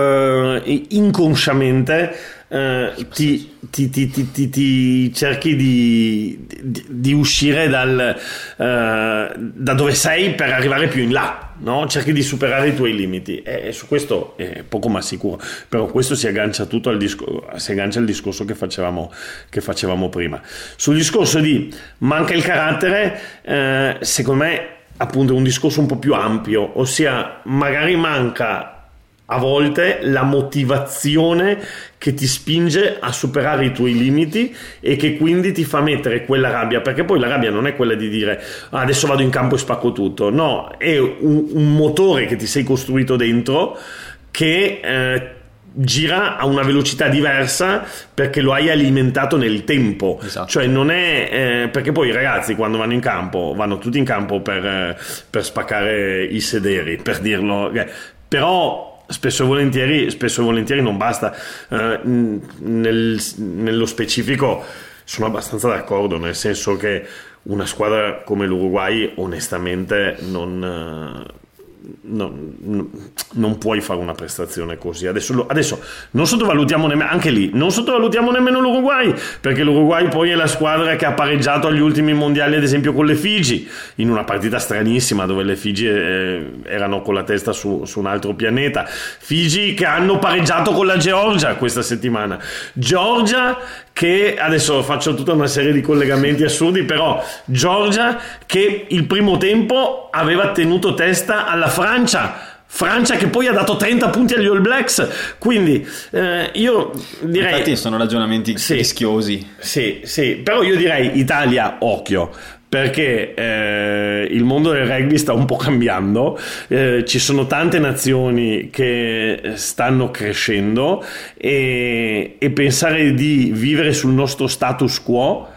inconsciamente ti cerchi di uscire da dove sei per arrivare più in là, no? Cerchi di superare i tuoi limiti, e su questo è poco ma sicuro. Però questo si aggancia tutto al discorso che facevamo prima. Sul discorso di manca il carattere, secondo me appunto è un discorso un po' più ampio, ossia magari manca a volte la motivazione che ti spinge a superare i tuoi limiti e che quindi ti fa mettere quella rabbia, perché poi la rabbia non è quella di dire adesso vado in campo e spacco tutto, no, è un motore che ti sei costruito dentro che gira a una velocità diversa perché lo hai alimentato nel tempo. Esatto. Cioè non è perché poi i ragazzi quando vanno in campo vanno tutti in campo per spaccare i sederi, per dirlo, però spesso e volentieri non basta. Nello specifico sono abbastanza d'accordo, nel senso che una squadra come l'Uruguay onestamente non puoi fare una prestazione così. Adesso non sottovalutiamo nemmeno l'Uruguay, perché l'Uruguay poi è la squadra che ha pareggiato agli ultimi mondiali, ad esempio con le Figi, in una partita stranissima dove le Figi erano con la testa su un altro pianeta. Figi che hanno pareggiato con la Georgia questa settimana, Georgia che adesso faccio tutta una serie di collegamenti assurdi, però Georgia che il primo tempo aveva tenuto testa alla Francia che poi ha dato 30 punti agli All Blacks, quindi io direi, infatti sono ragionamenti rischiosi. Sì, però io direi Italia, occhio, perché il mondo del rugby sta un po' cambiando, ci sono tante nazioni che stanno crescendo e pensare di vivere sul nostro status quo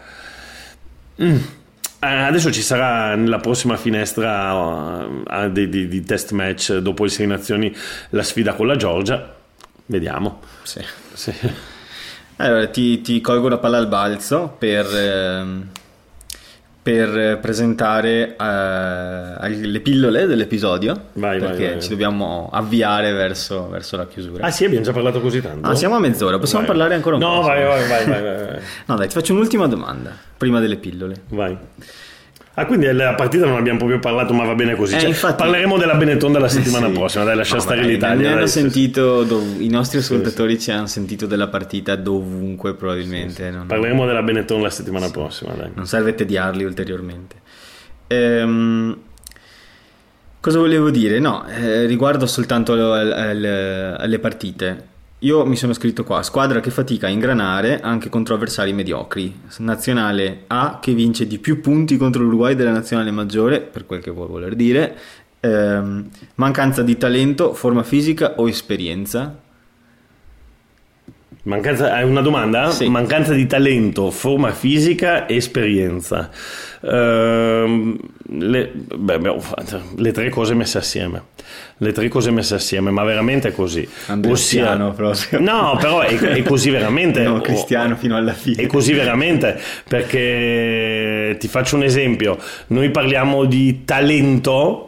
adesso ci sarà nella prossima finestra di test match dopo le 6 nazioni la sfida con la Georgia, vediamo. Sì. Allora ti colgo la palla al balzo per presentare le pillole dell'episodio, perché ci dobbiamo avviare verso la chiusura. Ah sì, abbiamo già parlato così tanto? Siamo a mezz'ora, possiamo parlare ancora un po'? No, vai. No dai, ti faccio un'ultima domanda prima delle pillole. Vai. Quindi della partita non abbiamo proprio parlato, ma va bene così. Infatti, parleremo della Benetton la settimana prossima. Dai, lascia stare l'Italia. I nostri ascoltatori ci hanno sentito della partita dovunque, probabilmente. Sì. Parleremo della Benetton la settimana prossima. Dai. Non serve tediarli ulteriormente. Cosa volevo dire? No, riguardo soltanto alle partite. Io mi sono scritto qua: squadra che fatica a ingranare anche contro avversari mediocri. Nazionale A che vince di più punti contro l'Uruguay della nazionale maggiore, per quel che vuol voler dire. Mancanza di talento, forma fisica o esperienza? Hai una domanda? Sì. Mancanza di talento, forma fisica e esperienza. Le tre cose messe assieme. Ma veramente è così. Cristiano proprio. No, però è così veramente. No, Cristiano fino alla fine. È così veramente, perché ti faccio un esempio. Noi parliamo di talento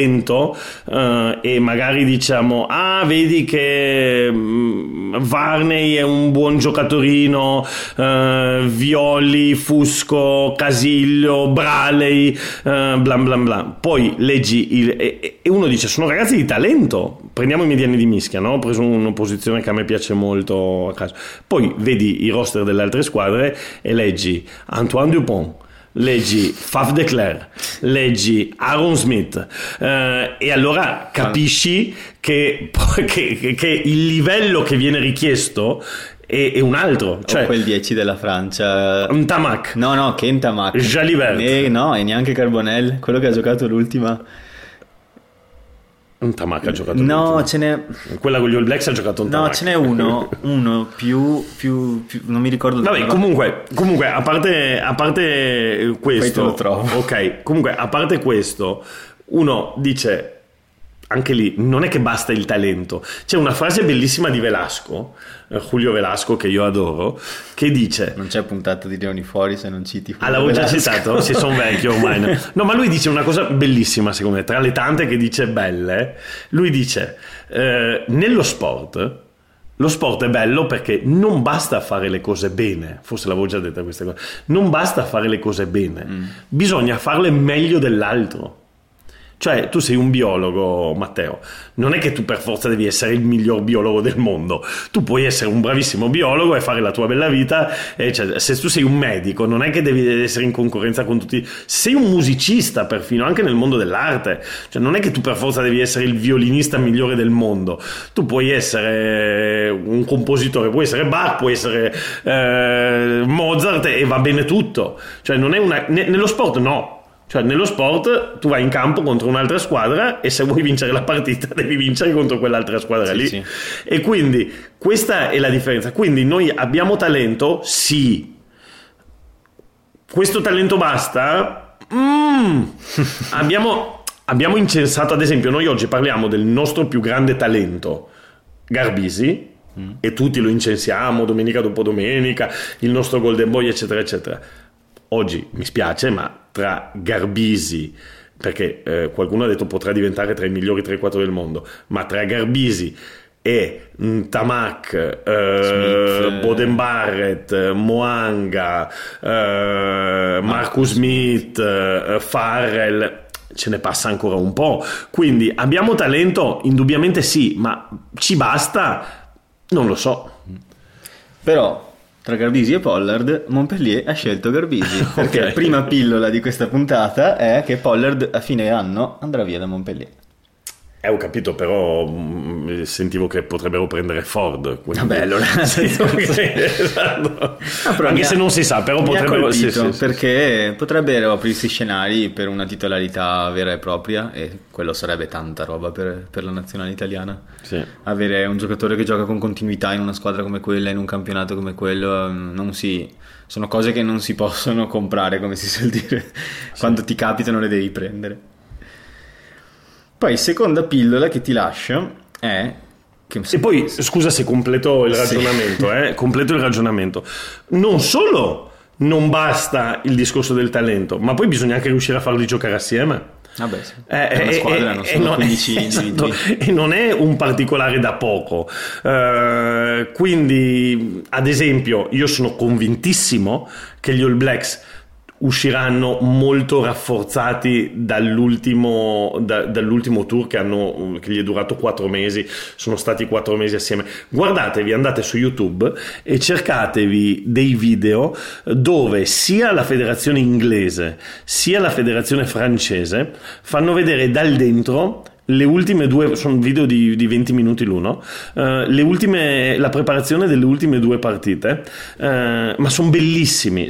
e magari diciamo vedi che Varney è un buon giocatorino, Violi, Fusco, Casillo, Braley, blan blan blan. Poi leggi e uno dice sono ragazzi di talento. Prendiamo i mediani di Mischia, no? Ho preso un'opposizione che a me piace molto a caso. Poi vedi i roster delle altre squadre e leggi Antoine Dupont, leggi Faf de Cler, leggi Aaron Smith, e allora capisci che il livello che viene richiesto è un altro, cioè quel 10 della Francia, un Tamac, no, che Tamac, Jalibert, e neanche Carbonell, quello che ha giocato l'ultima. Un Tamac ha giocato no, ce n'è quella con gli All Blacks ha giocato un Tamac. No, ce n'è uno più non mi ricordo. Vabbè, comunque a parte questo, poi te lo trovo. Ok, comunque a parte questo, uno dice anche lì non è che basta il talento. C'è una frase bellissima di Velasco, Julio Velasco, che io adoro, che dice: non c'è puntata di Leoni fuori se non citi Julio l'avevo già Velasco. citato, si sono vecchio ormai. No, ma lui dice una cosa bellissima, secondo me, tra le tante che dice belle. Lui dice nello sport, lo sport è bello perché non basta fare le cose bene, forse l'avevo già detta questa cosa, non basta fare le cose bene, bisogna farle meglio dell'altro. Cioè, tu sei un biologo, Matteo, non è che tu per forza devi essere il miglior biologo del mondo. Tu puoi essere un bravissimo biologo e fare la tua bella vita, cioè, se tu sei un medico non è che devi essere in concorrenza con tutti. Sei un musicista perfino, anche nel mondo dell'arte, cioè non è che tu per forza devi essere il violinista migliore del mondo. Tu puoi essere un compositore, puoi essere Bach, puoi essere Mozart, e va bene tutto. Cioè non è nello sport no. Cioè nello sport tu vai in campo contro un'altra squadra e se vuoi vincere la partita devi vincere contro quell'altra squadra lì. Sì. E quindi questa è la differenza. Quindi noi abbiamo talento? Sì. Questo talento basta? Abbiamo incensato, ad esempio, noi oggi parliamo del nostro più grande talento, Garbisi, e tutti lo incensiamo domenica dopo domenica, il nostro Golden Boy, eccetera, eccetera. Oggi mi spiace, ma tra Garbisi, perché qualcuno ha detto potrà diventare tra i migliori 3-4 del mondo, ma tra Garbisi e Tamac, Boden Barrett, Moanga, Marcus Smith, Farrell, ce ne passa ancora un po'. Quindi abbiamo talento? Indubbiamente sì, ma ci basta? Non lo so. Però tra Garbisi e Pollard, Montpellier ha scelto Garbisi, perché la prima pillola di questa puntata è che Pollard a fine anno andrà via da Montpellier. Ho capito, però sentivo che potrebbero prendere Ford. Vabbè, allora esatto. Anche se non si sa, però potrebbero, sì, perché potrebbero aprirsi scenari per una titolarità vera e propria, e quello sarebbe tanta roba per la nazionale italiana. Sì. Avere un giocatore che gioca con continuità in una squadra come quella, in un campionato come quello, sono cose che non si possono comprare, come si suol dire. Sì. Quando ti capitano le devi prendere. Poi seconda pillola che ti lascio è che... E poi scusa se completo il ragionamento, completo il ragionamento. Non solo non basta il discorso del talento, ma poi bisogna anche riuscire a farli giocare assieme. Vabbè, sì. È una squadra, non sono 15 individui. E non è un particolare da poco. Quindi, ad esempio, io sono convintissimo che gli All Blacks usciranno molto rafforzati dall'ultimo tour che gli è durato 4 mesi. Sono stati 4 mesi assieme. Guardatevi, andate su YouTube e cercatevi dei video dove sia la federazione inglese sia la federazione francese fanno vedere dal dentro le ultime 2, sono video di 20 minuti l'uno, la preparazione delle ultime 2 partite, ma sono bellissimi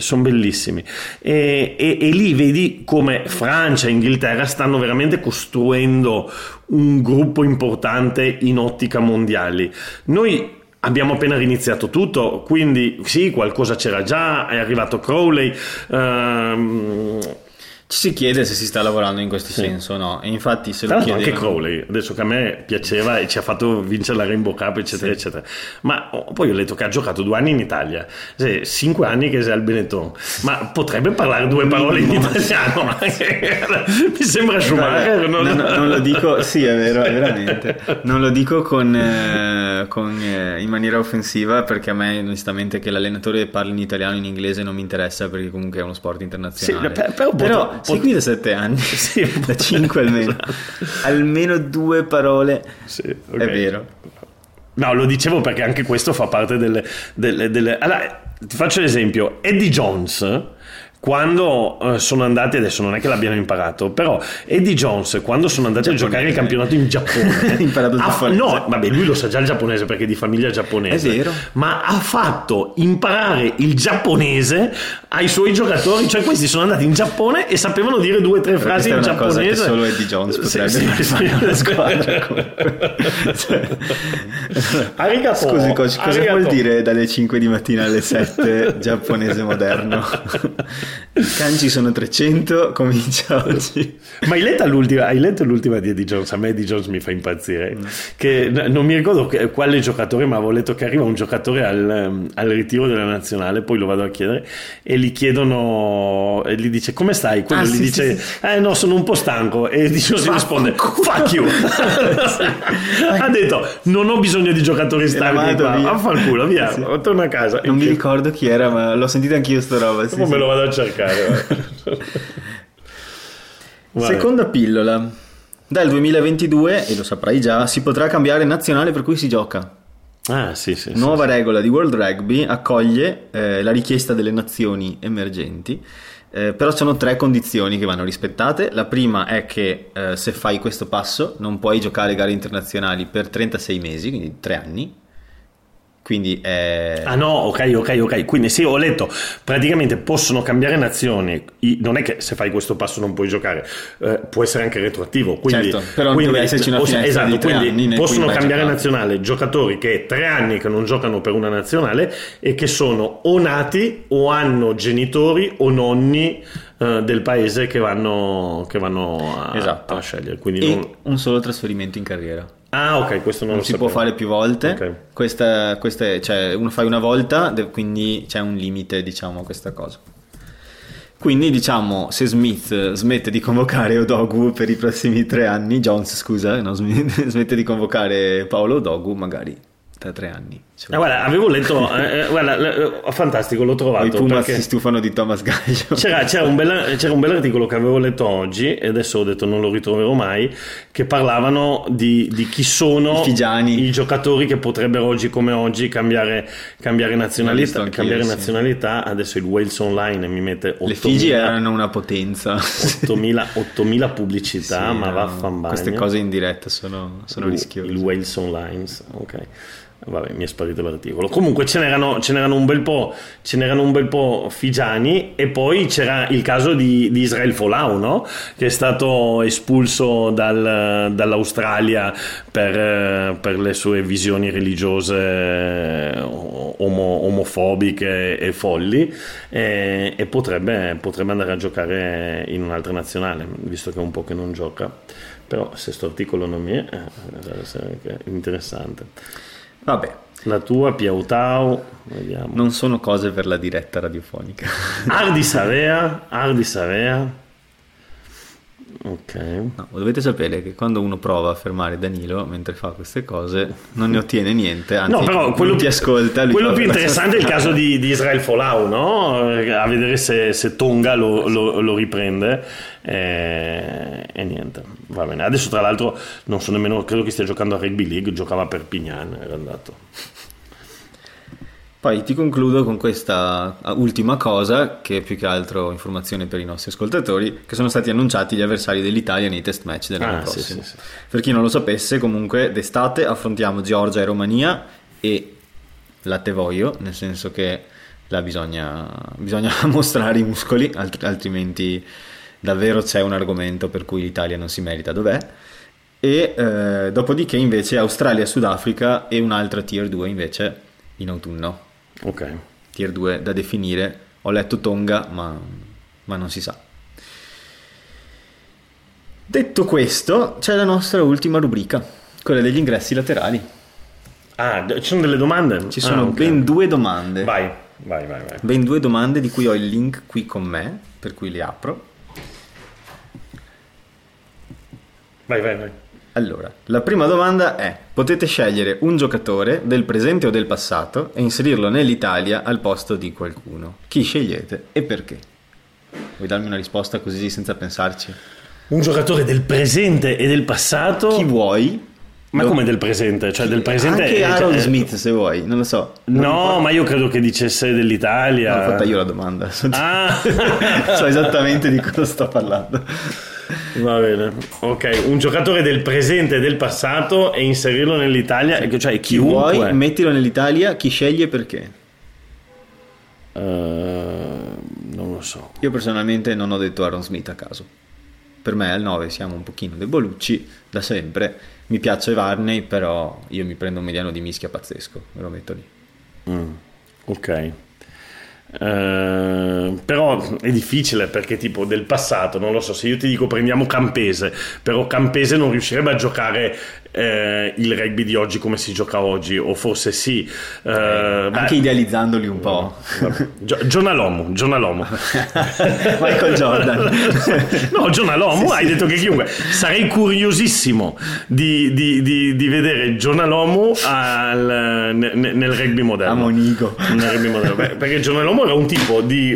e lì vedi come Francia e Inghilterra stanno veramente costruendo un gruppo importante in ottica mondiali. Noi abbiamo appena riniziato tutto, quindi sì, qualcosa c'era già, è arrivato Crowley, ci si chiede se si sta lavorando in questo senso o no, e infatti se lo chiedevano... anche Crowley, adesso che a me piaceva e ci ha fatto vincere la Rainbow Cup eccetera eccetera, ma poi ho letto che ha giocato 2 anni in Italia, 5 anni che sei al Benetton, ma potrebbe parlare 2 parole in italiano. Mi sembra Schumacher. Non lo dico, sì è vero, è veramente, non lo dico in maniera offensiva, perché a me onestamente che l'allenatore parli in italiano o in inglese non mi interessa, perché comunque è uno sport internazionale. Però sei qui da 7 anni, sì, da 5 almeno, almeno 2 parole, sì, okay. È vero. No, lo dicevo perché anche questo fa parte delle... Allora, ti faccio l'esempio. Eddie Jones, quando sono andati, adesso non è che l'abbiano imparato, però Eddie Jones quando sono andati a giocare il campionato in Giappone imparato il giapponese. No, vabbè, lui lo sa già il giapponese perché è di famiglia giapponese, è vero, ma ha fatto imparare il giapponese ai suoi giocatori, cioè questi sono andati in Giappone e sapevano dire 2 o 3 frasi in giapponese. Cosa che solo Eddie Jones potrebbe fare una squadra. Arigato. Scusi coach, cosa vuol dire dalle 5 di mattina alle 7 giapponese moderno? I kanji sono 300, comincia oggi. Ma hai letto l'ultima di Eddie Jones? A me Eddie Jones mi fa impazzire. Che non mi ricordo quale giocatore, ma avevo letto che arriva un giocatore al ritiro della nazionale, poi lo vado a chiedere e gli chiedono e gli dice come stai? Quello gli dice no, sono un po' stanco, e Eddie Jones risponde fuck you. Ha detto non ho bisogno di giocatori stanchi qua, vaffanculo, via, torno a casa. Non mi ricordo chi era, ma l'ho sentita anch'io sta roba. Dopo me lo vado a cercare. Seconda pillola: dal 2022, e lo saprai già, si potrà cambiare nazionale per cui si gioca. Sì. Nuova regola di World Rugby accoglie la richiesta delle nazioni emergenti, però sono 3 condizioni che vanno rispettate. La prima è che se fai questo passo non puoi giocare gare internazionali per 36 mesi, quindi 3 anni. Quindi ok. Quindi sì, ho letto, praticamente possono cambiare nazioni. Non è che se fai questo passo non puoi giocare, può essere anche retroattivo. Quindi, certo, però deve esserci una finestra di 3 anni. Possono cambiare nazionale giocatori che 3 anni che non giocano per una nazionale e che sono o nati o hanno genitori o nonni del paese che vanno a scegliere. Quindi un solo trasferimento in carriera. Ok, questo non lo si può fare più volte. Okay. Questa cioè uno fai una volta, quindi c'è un limite, diciamo, a questa cosa. Quindi diciamo, se Smith smette di convocare Odogwu per i prossimi 3 anni, Jones scusa, no, smette di convocare Paolo Odogwu magari tra 3 anni. Guarda, avevo letto, fantastico, l'ho trovato. I Pumas si stufano di Thomas Gaggio. C'era un bel articolo che avevo letto oggi e adesso ho detto non lo ritroverò mai, che parlavano di chi sono i giocatori che potrebbero oggi come oggi cambiare nazionalità. Adesso il Wales Online mi mette 8.000, le Figi erano una potenza, 8.000 pubblicità, sì, ma vaffanbagno. Queste cose in diretta sono rischiose. Il Wales Online, ok. Vabbè, mi è sparito l'articolo. Comunque ce n'erano un bel po' figiani, e poi c'era il caso di Israel Folau, no? Che è stato espulso dall'Australia per le sue visioni religiose omofobiche e folli, e potrebbe andare a giocare in un'altra nazionale, visto che è un po' che non gioca. Però se sto articolo non mi è interessante. Vabbè, La tua, Piautau, vediamo. Non sono cose per la diretta radiofonica. Ardi Savea. Ok. No, dovete sapere che quando uno prova a fermare Danilo mentre fa queste cose non ne ottiene niente, anzi No, però quello non ti ascolta. Quello più interessante è il caso di Israel Folau, no? A vedere se Tonga lo riprende e niente, va bene. Adesso tra l'altro non so nemmeno, credo che stia giocando a Rugby League, giocava per Pignan, era andato. Poi ti concludo con questa ultima cosa, che è più che altro informazione per i nostri ascoltatori, che sono stati annunciati gli avversari dell'Italia nei test match dell'anno prossimo. Sì. Per chi non lo sapesse, comunque d'estate affrontiamo Georgia e Romania e latte voglio, nel senso che là bisogna mostrare i muscoli, altrimenti davvero c'è un argomento per cui l'Italia non si merita dov'è. E dopodiché invece Australia, Sudafrica e un'altra tier 2 invece in autunno. Ok. Tier 2 da definire. Ho letto Tonga, ma non si sa. Detto questo, c'è la nostra ultima rubrica, quella degli ingressi laterali. Ah, ci sono delle domande? Ci sono ben 2 domande. Vai. Ben 2 domande di cui ho il link qui con me, per cui le apro. Vai. Allora, la prima domanda è: potete scegliere un giocatore del presente o del passato e inserirlo nell'Italia al posto di qualcuno. Chi scegliete e perché? Vuoi darmi una risposta così senza pensarci? Un giocatore del presente e del passato? Chi vuoi? Ma come del presente? Cioè del presente anche Aaron Smith se vuoi, non lo so. Ma io credo che dicesse dell'Italia. L'ho fatta io la domanda. So So esattamente di cosa sto parlando. Va bene, ok, un giocatore del presente e del passato e inserirlo nell'Italia, cioè chiunque. Vuoi, mettilo nell'Italia, chi sceglie perché? Non lo so. Io personalmente non ho detto Aaron Smith a caso. Per me al 9 siamo un pochino debolucci da sempre. Mi piace Varney, però io mi prendo un mediano di mischia pazzesco, me lo metto lì. Ok. Però è difficile perché tipo del passato, non lo so, se io ti dico prendiamo Campese, però Campese non riuscirebbe a giocare il rugby di oggi come si gioca oggi, o forse sì, anche idealizzandoli un po'. John Alomu Michael Jordan. No, John Alomu, hai detto che chiunque. Sarei curiosissimo di vedere John Alomu nel rugby moderno, a Monigo. Nel rugby moderno. Perché John Alomu era un tipo di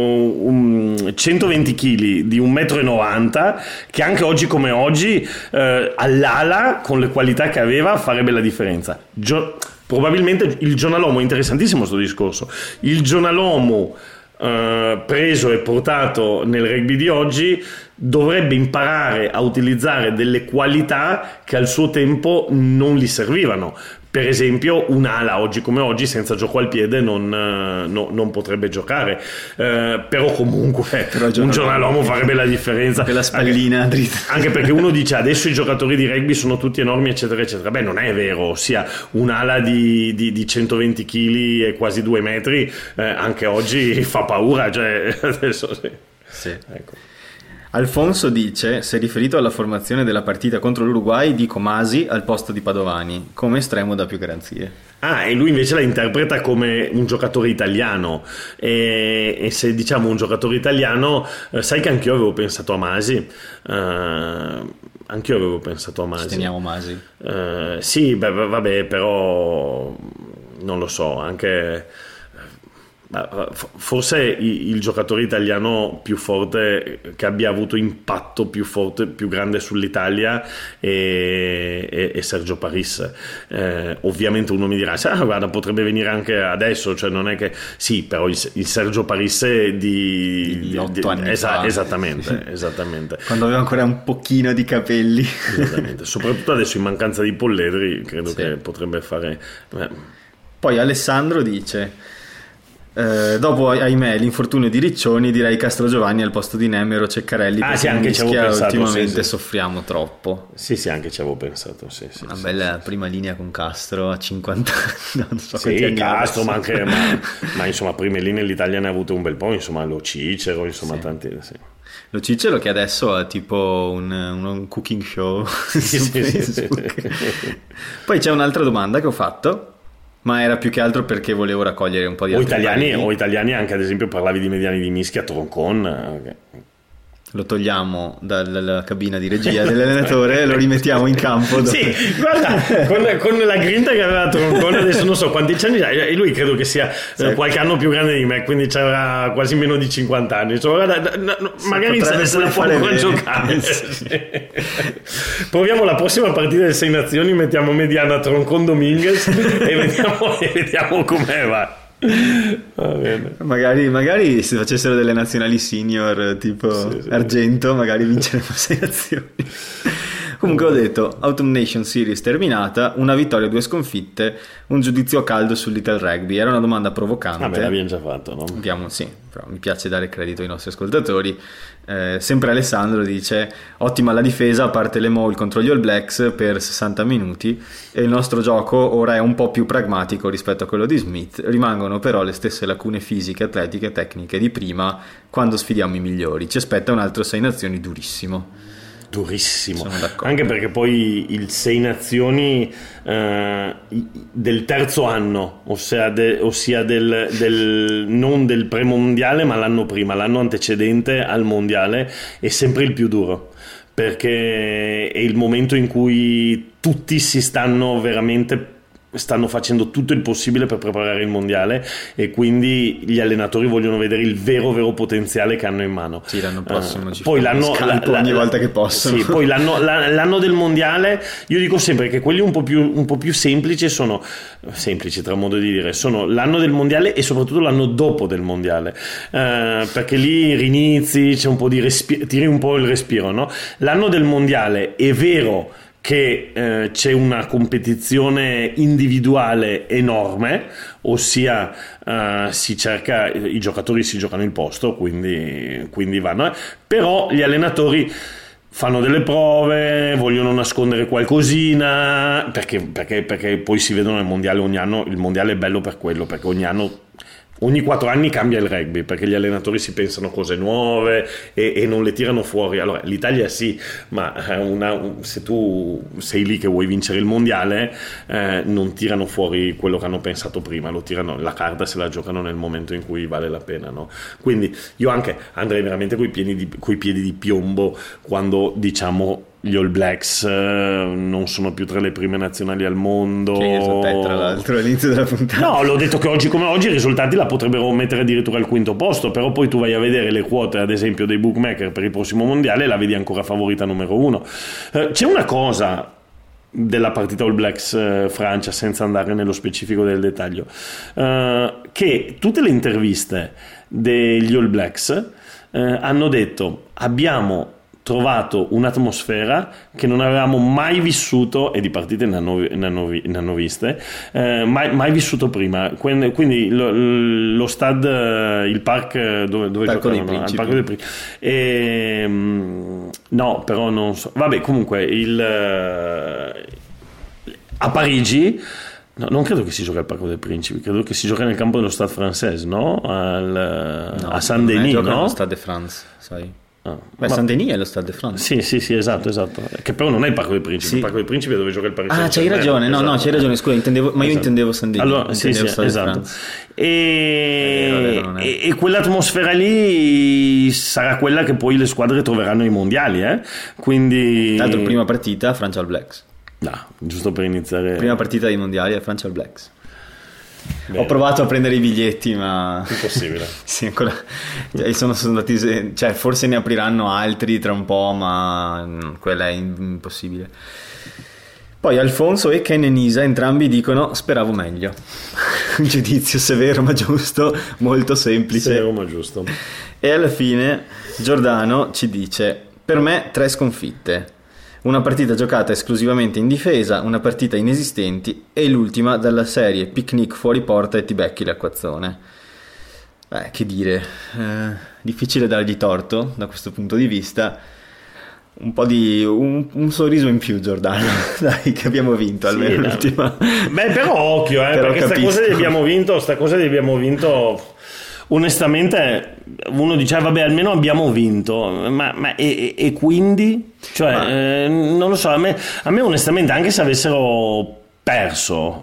120 kg, di 1,90 m, che anche oggi come oggi all'ala, con le qualità che aveva, farebbe la differenza. Probabilmente il John Alomu, è interessantissimo questo discorso, il John Alomu preso e portato nel rugby di oggi dovrebbe imparare a utilizzare delle qualità che al suo tempo non gli servivano. Per esempio un'ala oggi come oggi senza gioco al piede non potrebbe giocare, però comunque un John Alomu farebbe la differenza, per la spallina dritta. Anche perché uno dice adesso i giocatori di rugby sono tutti enormi eccetera eccetera. Beh, non è vero, ossia un'ala di 120 kg e quasi 2 metri anche oggi fa paura, cioè adesso sì. Ecco. Alfonso dice: se riferito alla formazione della partita contro l'Uruguay, dico Masi al posto di Padovani come estremo da più garanzie. E lui invece la interpreta come un giocatore italiano, e se diciamo un giocatore italiano, sai che anch'io avevo pensato a Masi. Anch'io avevo pensato a Masi. Ci teniamo Masi. Sì, vabbè, però non lo so, anche forse il giocatore italiano più forte, che abbia avuto impatto più forte, più grande sull'Italia è Sergio Paris. Ovviamente uno mi dirà guarda, potrebbe venire anche adesso, cioè non è che sì, però il Sergio Paris di 8 anni fa. Esattamente quando aveva ancora un pochino di capelli. Esattamente. Soprattutto adesso in mancanza di Polledri credo che potrebbe fare. Poi Alessandro dice: dopo ahimè l'infortunio di Riccioni, direi Castro Giovanni al posto di Nemero Ceccarelli, perché anche ci avevo pensato, ultimamente soffriamo troppo. Sì, anche ci avevo pensato, una bella prima linea con Castro a 50 anni, non so Castro, ma insomma prime linee l'Italia ne ha avute un bel po', insomma Lo Cicero, insomma tanti. Lo Cicero che adesso ha tipo un cooking show su Facebook. Poi c'è un'altra domanda che ho fatto Ma era più che altro perché volevo raccogliere un po' di o altri italiani, pareri. o italiani anche, ad esempio parlavi di Mediani di Mischia, Troncon, Lo togliamo dalla cabina di regia dell'allenatore e lo rimettiamo in campo. Sì, guarda, con la grinta che aveva Troncon, adesso non so quanti anni ha, e lui credo che sia qualche anno più grande di me, quindi avrà quasi meno di 50 anni. Cioè, guarda, magari se la può ancora giocare. Sì. Proviamo la prossima partita del Sei Nazioni, mettiamo Mediana, Troncon, Dominguez e vediamo com'è, va. Va bene. Magari se facessero delle nazionali senior tipo sì. argento, magari vinceremo 6 nazioni. Comunque ho detto Autumn Nation Series terminata, una vittoria, 2 sconfitte, un giudizio caldo sul Little Rugby. Era una domanda provocante. Vabbè, l'abbiamo già fatto, no? Sì, però mi piace dare credito ai nostri ascoltatori. Sempre Alessandro dice: ottima la difesa, a parte le maul contro gli All Blacks per 60 minuti, e il nostro gioco ora è un po' più pragmatico rispetto a quello di Smith. Rimangono però le stesse lacune fisiche, atletiche e tecniche di prima quando sfidiamo i migliori. Ci aspetta un altro 6 nazioni durissimo. Durissimo, anche perché poi il Sei Nazioni del terzo anno, ossia non del premondiale ma l'anno prima, l'anno antecedente al mondiale, è sempre il più duro, perché è il momento in cui tutti stanno facendo tutto il possibile per preparare il mondiale, e quindi gli allenatori vogliono vedere il vero potenziale che hanno in mano. Sì, l'anno prossimo ci poi ogni volta che possono. Sì, poi l'anno del mondiale, io dico sempre che quelli un po' più semplici sono semplici, tra modo di dire, sono l'anno del mondiale e soprattutto l'anno dopo del mondiale, perché lì rinizi, c'è un po' di tiri un po' il respiro, no? L'anno del mondiale è vero che c'è una competizione individuale enorme, ossia si cerca, i giocatori si giocano il posto, quindi vanno, però gli allenatori fanno delle prove, vogliono nascondere qualcosina, perché poi si vedono nel mondiale ogni anno. Il mondiale è bello per quello, perché ogni 4 anni cambia il rugby, perché gli allenatori si pensano cose nuove e non le tirano fuori. Allora l'Italia sì, ma se tu sei lì che vuoi vincere il mondiale, non tirano fuori quello che hanno pensato prima, lo tirano, la carta se la giocano nel momento in cui vale la pena, no? Quindi io anche andrei veramente coi piedi di piombo quando diciamo gli All Blacks non sono più tra le prime nazionali al mondo. Che io so te, tra l'altro, all'inizio della puntata. No, l'ho detto che oggi come oggi i risultati la potrebbero mettere addirittura al 5° posto, però poi tu vai a vedere le quote, ad esempio, dei bookmaker per il prossimo mondiale e la vedi ancora favorita numero 1. C'è una cosa della partita All Blacks Francia, senza andare nello specifico del dettaglio, che tutte le interviste degli All Blacks hanno detto: abbiamo trovato un'atmosfera che non avevamo mai vissuto, e di partite ne hanno viste, mai vissuto prima. Quindi lo stade, il park dove Parco dei giocavano, Principi. al Parco dei Principi. No, però non so. Vabbè, comunque a Parigi. No, non credo che si giochi al Parco dei Principi, credo che si giochi nel campo dello Stade Français, no? A Saint-Denis, no? Allo Stade de France, sai. Saint-Denis è lo Stade de France. Sì, esatto. Che però non è il Parco dei Principi, il Parco dei Principi è dove gioca il Paris Saint-Germain. C'hai ragione, esatto. C'hai ragione, scusa, io intendevo Saint-Denis. Allora, sì, esatto. E quell'atmosfera lì sarà quella che poi le squadre troveranno ai mondiali, quindi... Tra l'altro, prima partita Francia All Blacks. No, giusto per iniziare. Prima partita dei mondiali è Francia All Blacks. Bene. Ho provato a prendere i biglietti, ma impossibile. Sì, ancora. Sono andati, cioè, forse ne apriranno altri tra un po', ma quella è impossibile. Poi Alfonso e Ken e Nisa entrambi dicono: speravo meglio. Un giudizio severo ma giusto, molto semplice. Severo ma giusto. E alla fine Giordano ci dice: per me 3 sconfitte. Una partita giocata esclusivamente in difesa, una partita inesistenti e l'ultima dalla serie picnic fuori porta e ti becchi l'acquazzone. Che dire, difficile dargli torto da questo punto di vista. Un po' di un sorriso in più, Giordano. Dai, che abbiamo vinto almeno l'ultima. Beh, però occhio, perché sta cosa di abbiamo vinto. Onestamente uno dice vabbè, almeno abbiamo vinto, ma e quindi? Cioè, non lo so, a me onestamente, anche se avessero perso,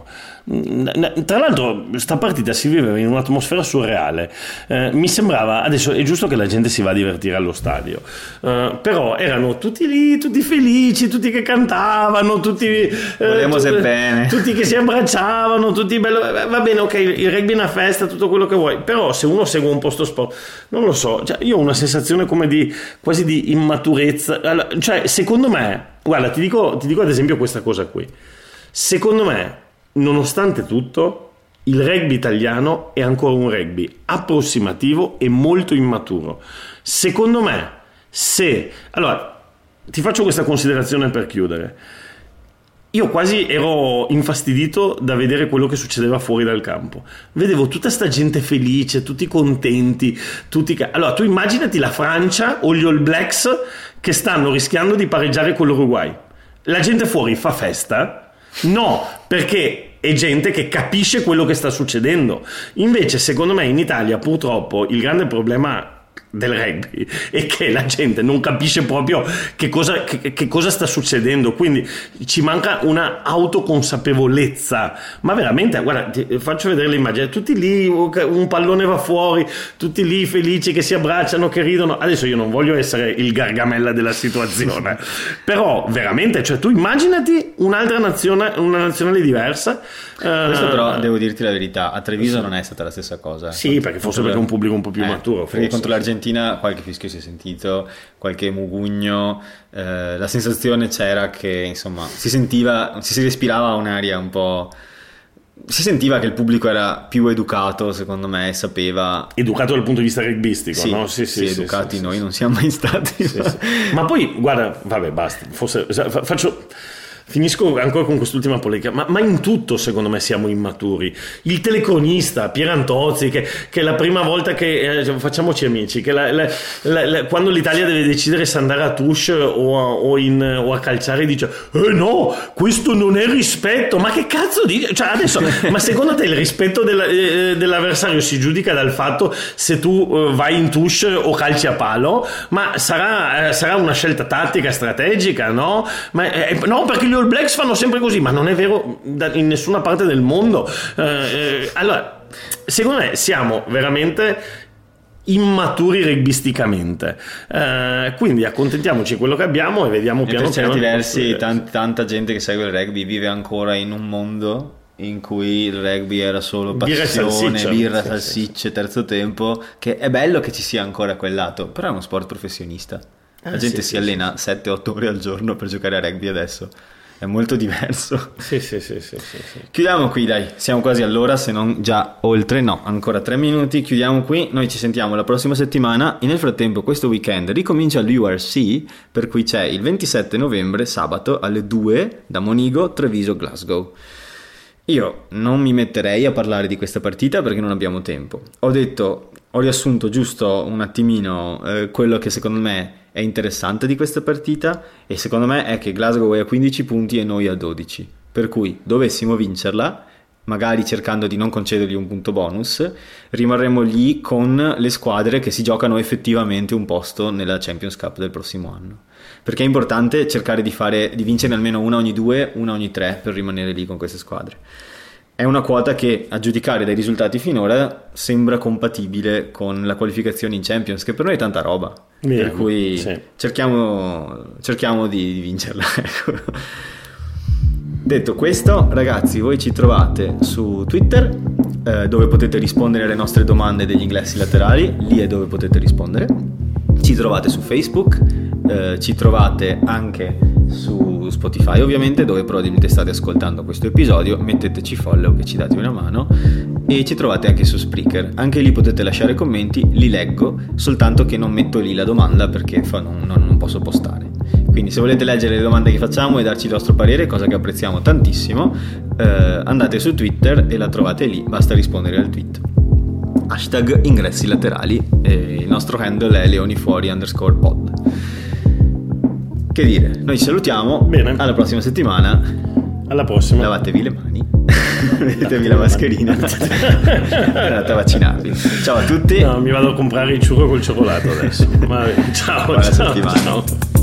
Tra l'altro sta partita si viveva in un'atmosfera surreale, mi sembrava, adesso è giusto che la gente si va a divertire allo stadio, però erano tutti lì, tutti felici, tutti che cantavano, tutti bene, tutti che si abbracciavano, tutti bello, va bene, ok, il rugby è una festa, tutto quello che vuoi, però se uno segue un po' sto sport, non lo so, cioè, io ho una sensazione come di quasi di immaturezza, cioè secondo me, guarda, ti dico ad esempio questa cosa qui, secondo me, nonostante tutto, il rugby italiano è ancora un rugby approssimativo e molto immaturo. Secondo me, allora, ti faccio questa considerazione per chiudere. Io quasi ero infastidito da vedere quello che succedeva fuori dal campo. Vedevo tutta sta gente felice, tutti contenti, allora tu immaginati la Francia o gli All Blacks che stanno rischiando di pareggiare con l'Uruguay. La gente fuori fa festa? No, perché è gente che capisce quello che sta succedendo. Invece, secondo me, in Italia purtroppo il grande problema del rugby è che la gente non capisce proprio che cosa sta succedendo, quindi ci manca una autoconsapevolezza, ma veramente, guarda, ti faccio vedere l'immagine, tutti lì, un pallone va fuori, tutti lì felici che si abbracciano, che ridono. Adesso io non voglio essere il Gargamella della situazione però veramente, cioè tu immaginati un'altra nazione, una nazionale diversa. Questo però devo dirti la verità, a Treviso non è stata la stessa cosa. Sì, perché forse perché è un pubblico un po' più maturo, perché forse. contro l'Argentina qualche fischio si è sentito, qualche mugugno, la sensazione c'era che insomma si respirava un'aria un po', si sentiva che il pubblico era più educato, secondo me, sapeva, educato dal punto di vista rugbistico, sì, no? Sì, educati noi non siamo mai stati. Sì. Ma poi guarda, vabbè, basta, forse finisco ancora con quest'ultima polemica, ma in tutto secondo me siamo immaturi. Il telecronista Pierantozzi che la prima volta che facciamoci amici, che quando l'Italia deve decidere se andare a touche o a calciare dice no, questo non è rispetto. Ma che cazzo dici? Cioè adesso, ma secondo te il rispetto dell'avversario si giudica dal fatto se tu vai in touche o calci a palo? Ma sarà una scelta tattica, strategica, no? No, perché gli All Blacks fanno sempre così, ma non è vero in nessuna parte del mondo. Allora, secondo me siamo veramente immaturi rugbisticamente, quindi accontentiamoci di quello che abbiamo e vediamo piano piano. Per certi versi tanta gente che segue il rugby vive ancora in un mondo in cui il rugby era solo passione, birra, salsicce, terzo tempo, che è bello che ci sia ancora quel lato, però è uno sport professionista. La gente si allena 7-8 ore al giorno per giocare a rugby adesso. È molto diverso. Sì. Chiudiamo qui, dai, siamo quasi all'ora, se non già oltre. No, ancora 3 minuti, chiudiamo qui. Noi ci sentiamo la prossima settimana e nel frattempo questo weekend ricomincia l'URC, per cui c'è il 27 novembre, sabato, alle 2 da Monigo, Treviso, Glasgow. Io non mi metterei a parlare di questa partita perché non abbiamo tempo. Ho riassunto giusto un attimino quello che secondo me è interessante di questa partita, e secondo me è che Glasgow è a 15 punti e noi a 12, per cui dovessimo vincerla, magari cercando di non concedergli un punto bonus, rimarremo lì con le squadre che si giocano effettivamente un posto nella Champions Cup del prossimo anno, perché è importante cercare di vincere almeno una ogni 2, una ogni 3 per rimanere lì con queste squadre. È una quota che, a giudicare dai risultati finora, sembra compatibile con la qualificazione in Champions, che per noi è tanta roba. Per cui sì, cerchiamo di vincerla. Detto questo, ragazzi, voi ci trovate su Twitter, dove potete rispondere alle nostre domande degli ingressi laterali, lì è dove potete rispondere. Ci trovate su Facebook, ci trovate anche su Spotify ovviamente, dove probabilmente state ascoltando questo episodio. Metteteci follow che ci date una mano, e ci trovate anche su Spreaker, anche lì potete lasciare commenti, li leggo, soltanto che non metto lì la domanda perché non posso postare. Quindi se volete leggere le domande che facciamo e darci il vostro parere, cosa che apprezziamo tantissimo, andate su Twitter e la trovate lì, basta rispondere al tweet #ingressi laterali, e il nostro handle è leonifuori_pod. Che dire, noi ci salutiamo. Bene, alla prossima settimana. Alla prossima. Lavatevi le mani, mettetevi la mascherina e andate a vaccinarvi. Ciao a tutti. No, mi vado a comprare il ciurro col cioccolato adesso. Ciao. Buona settimana. Ciao.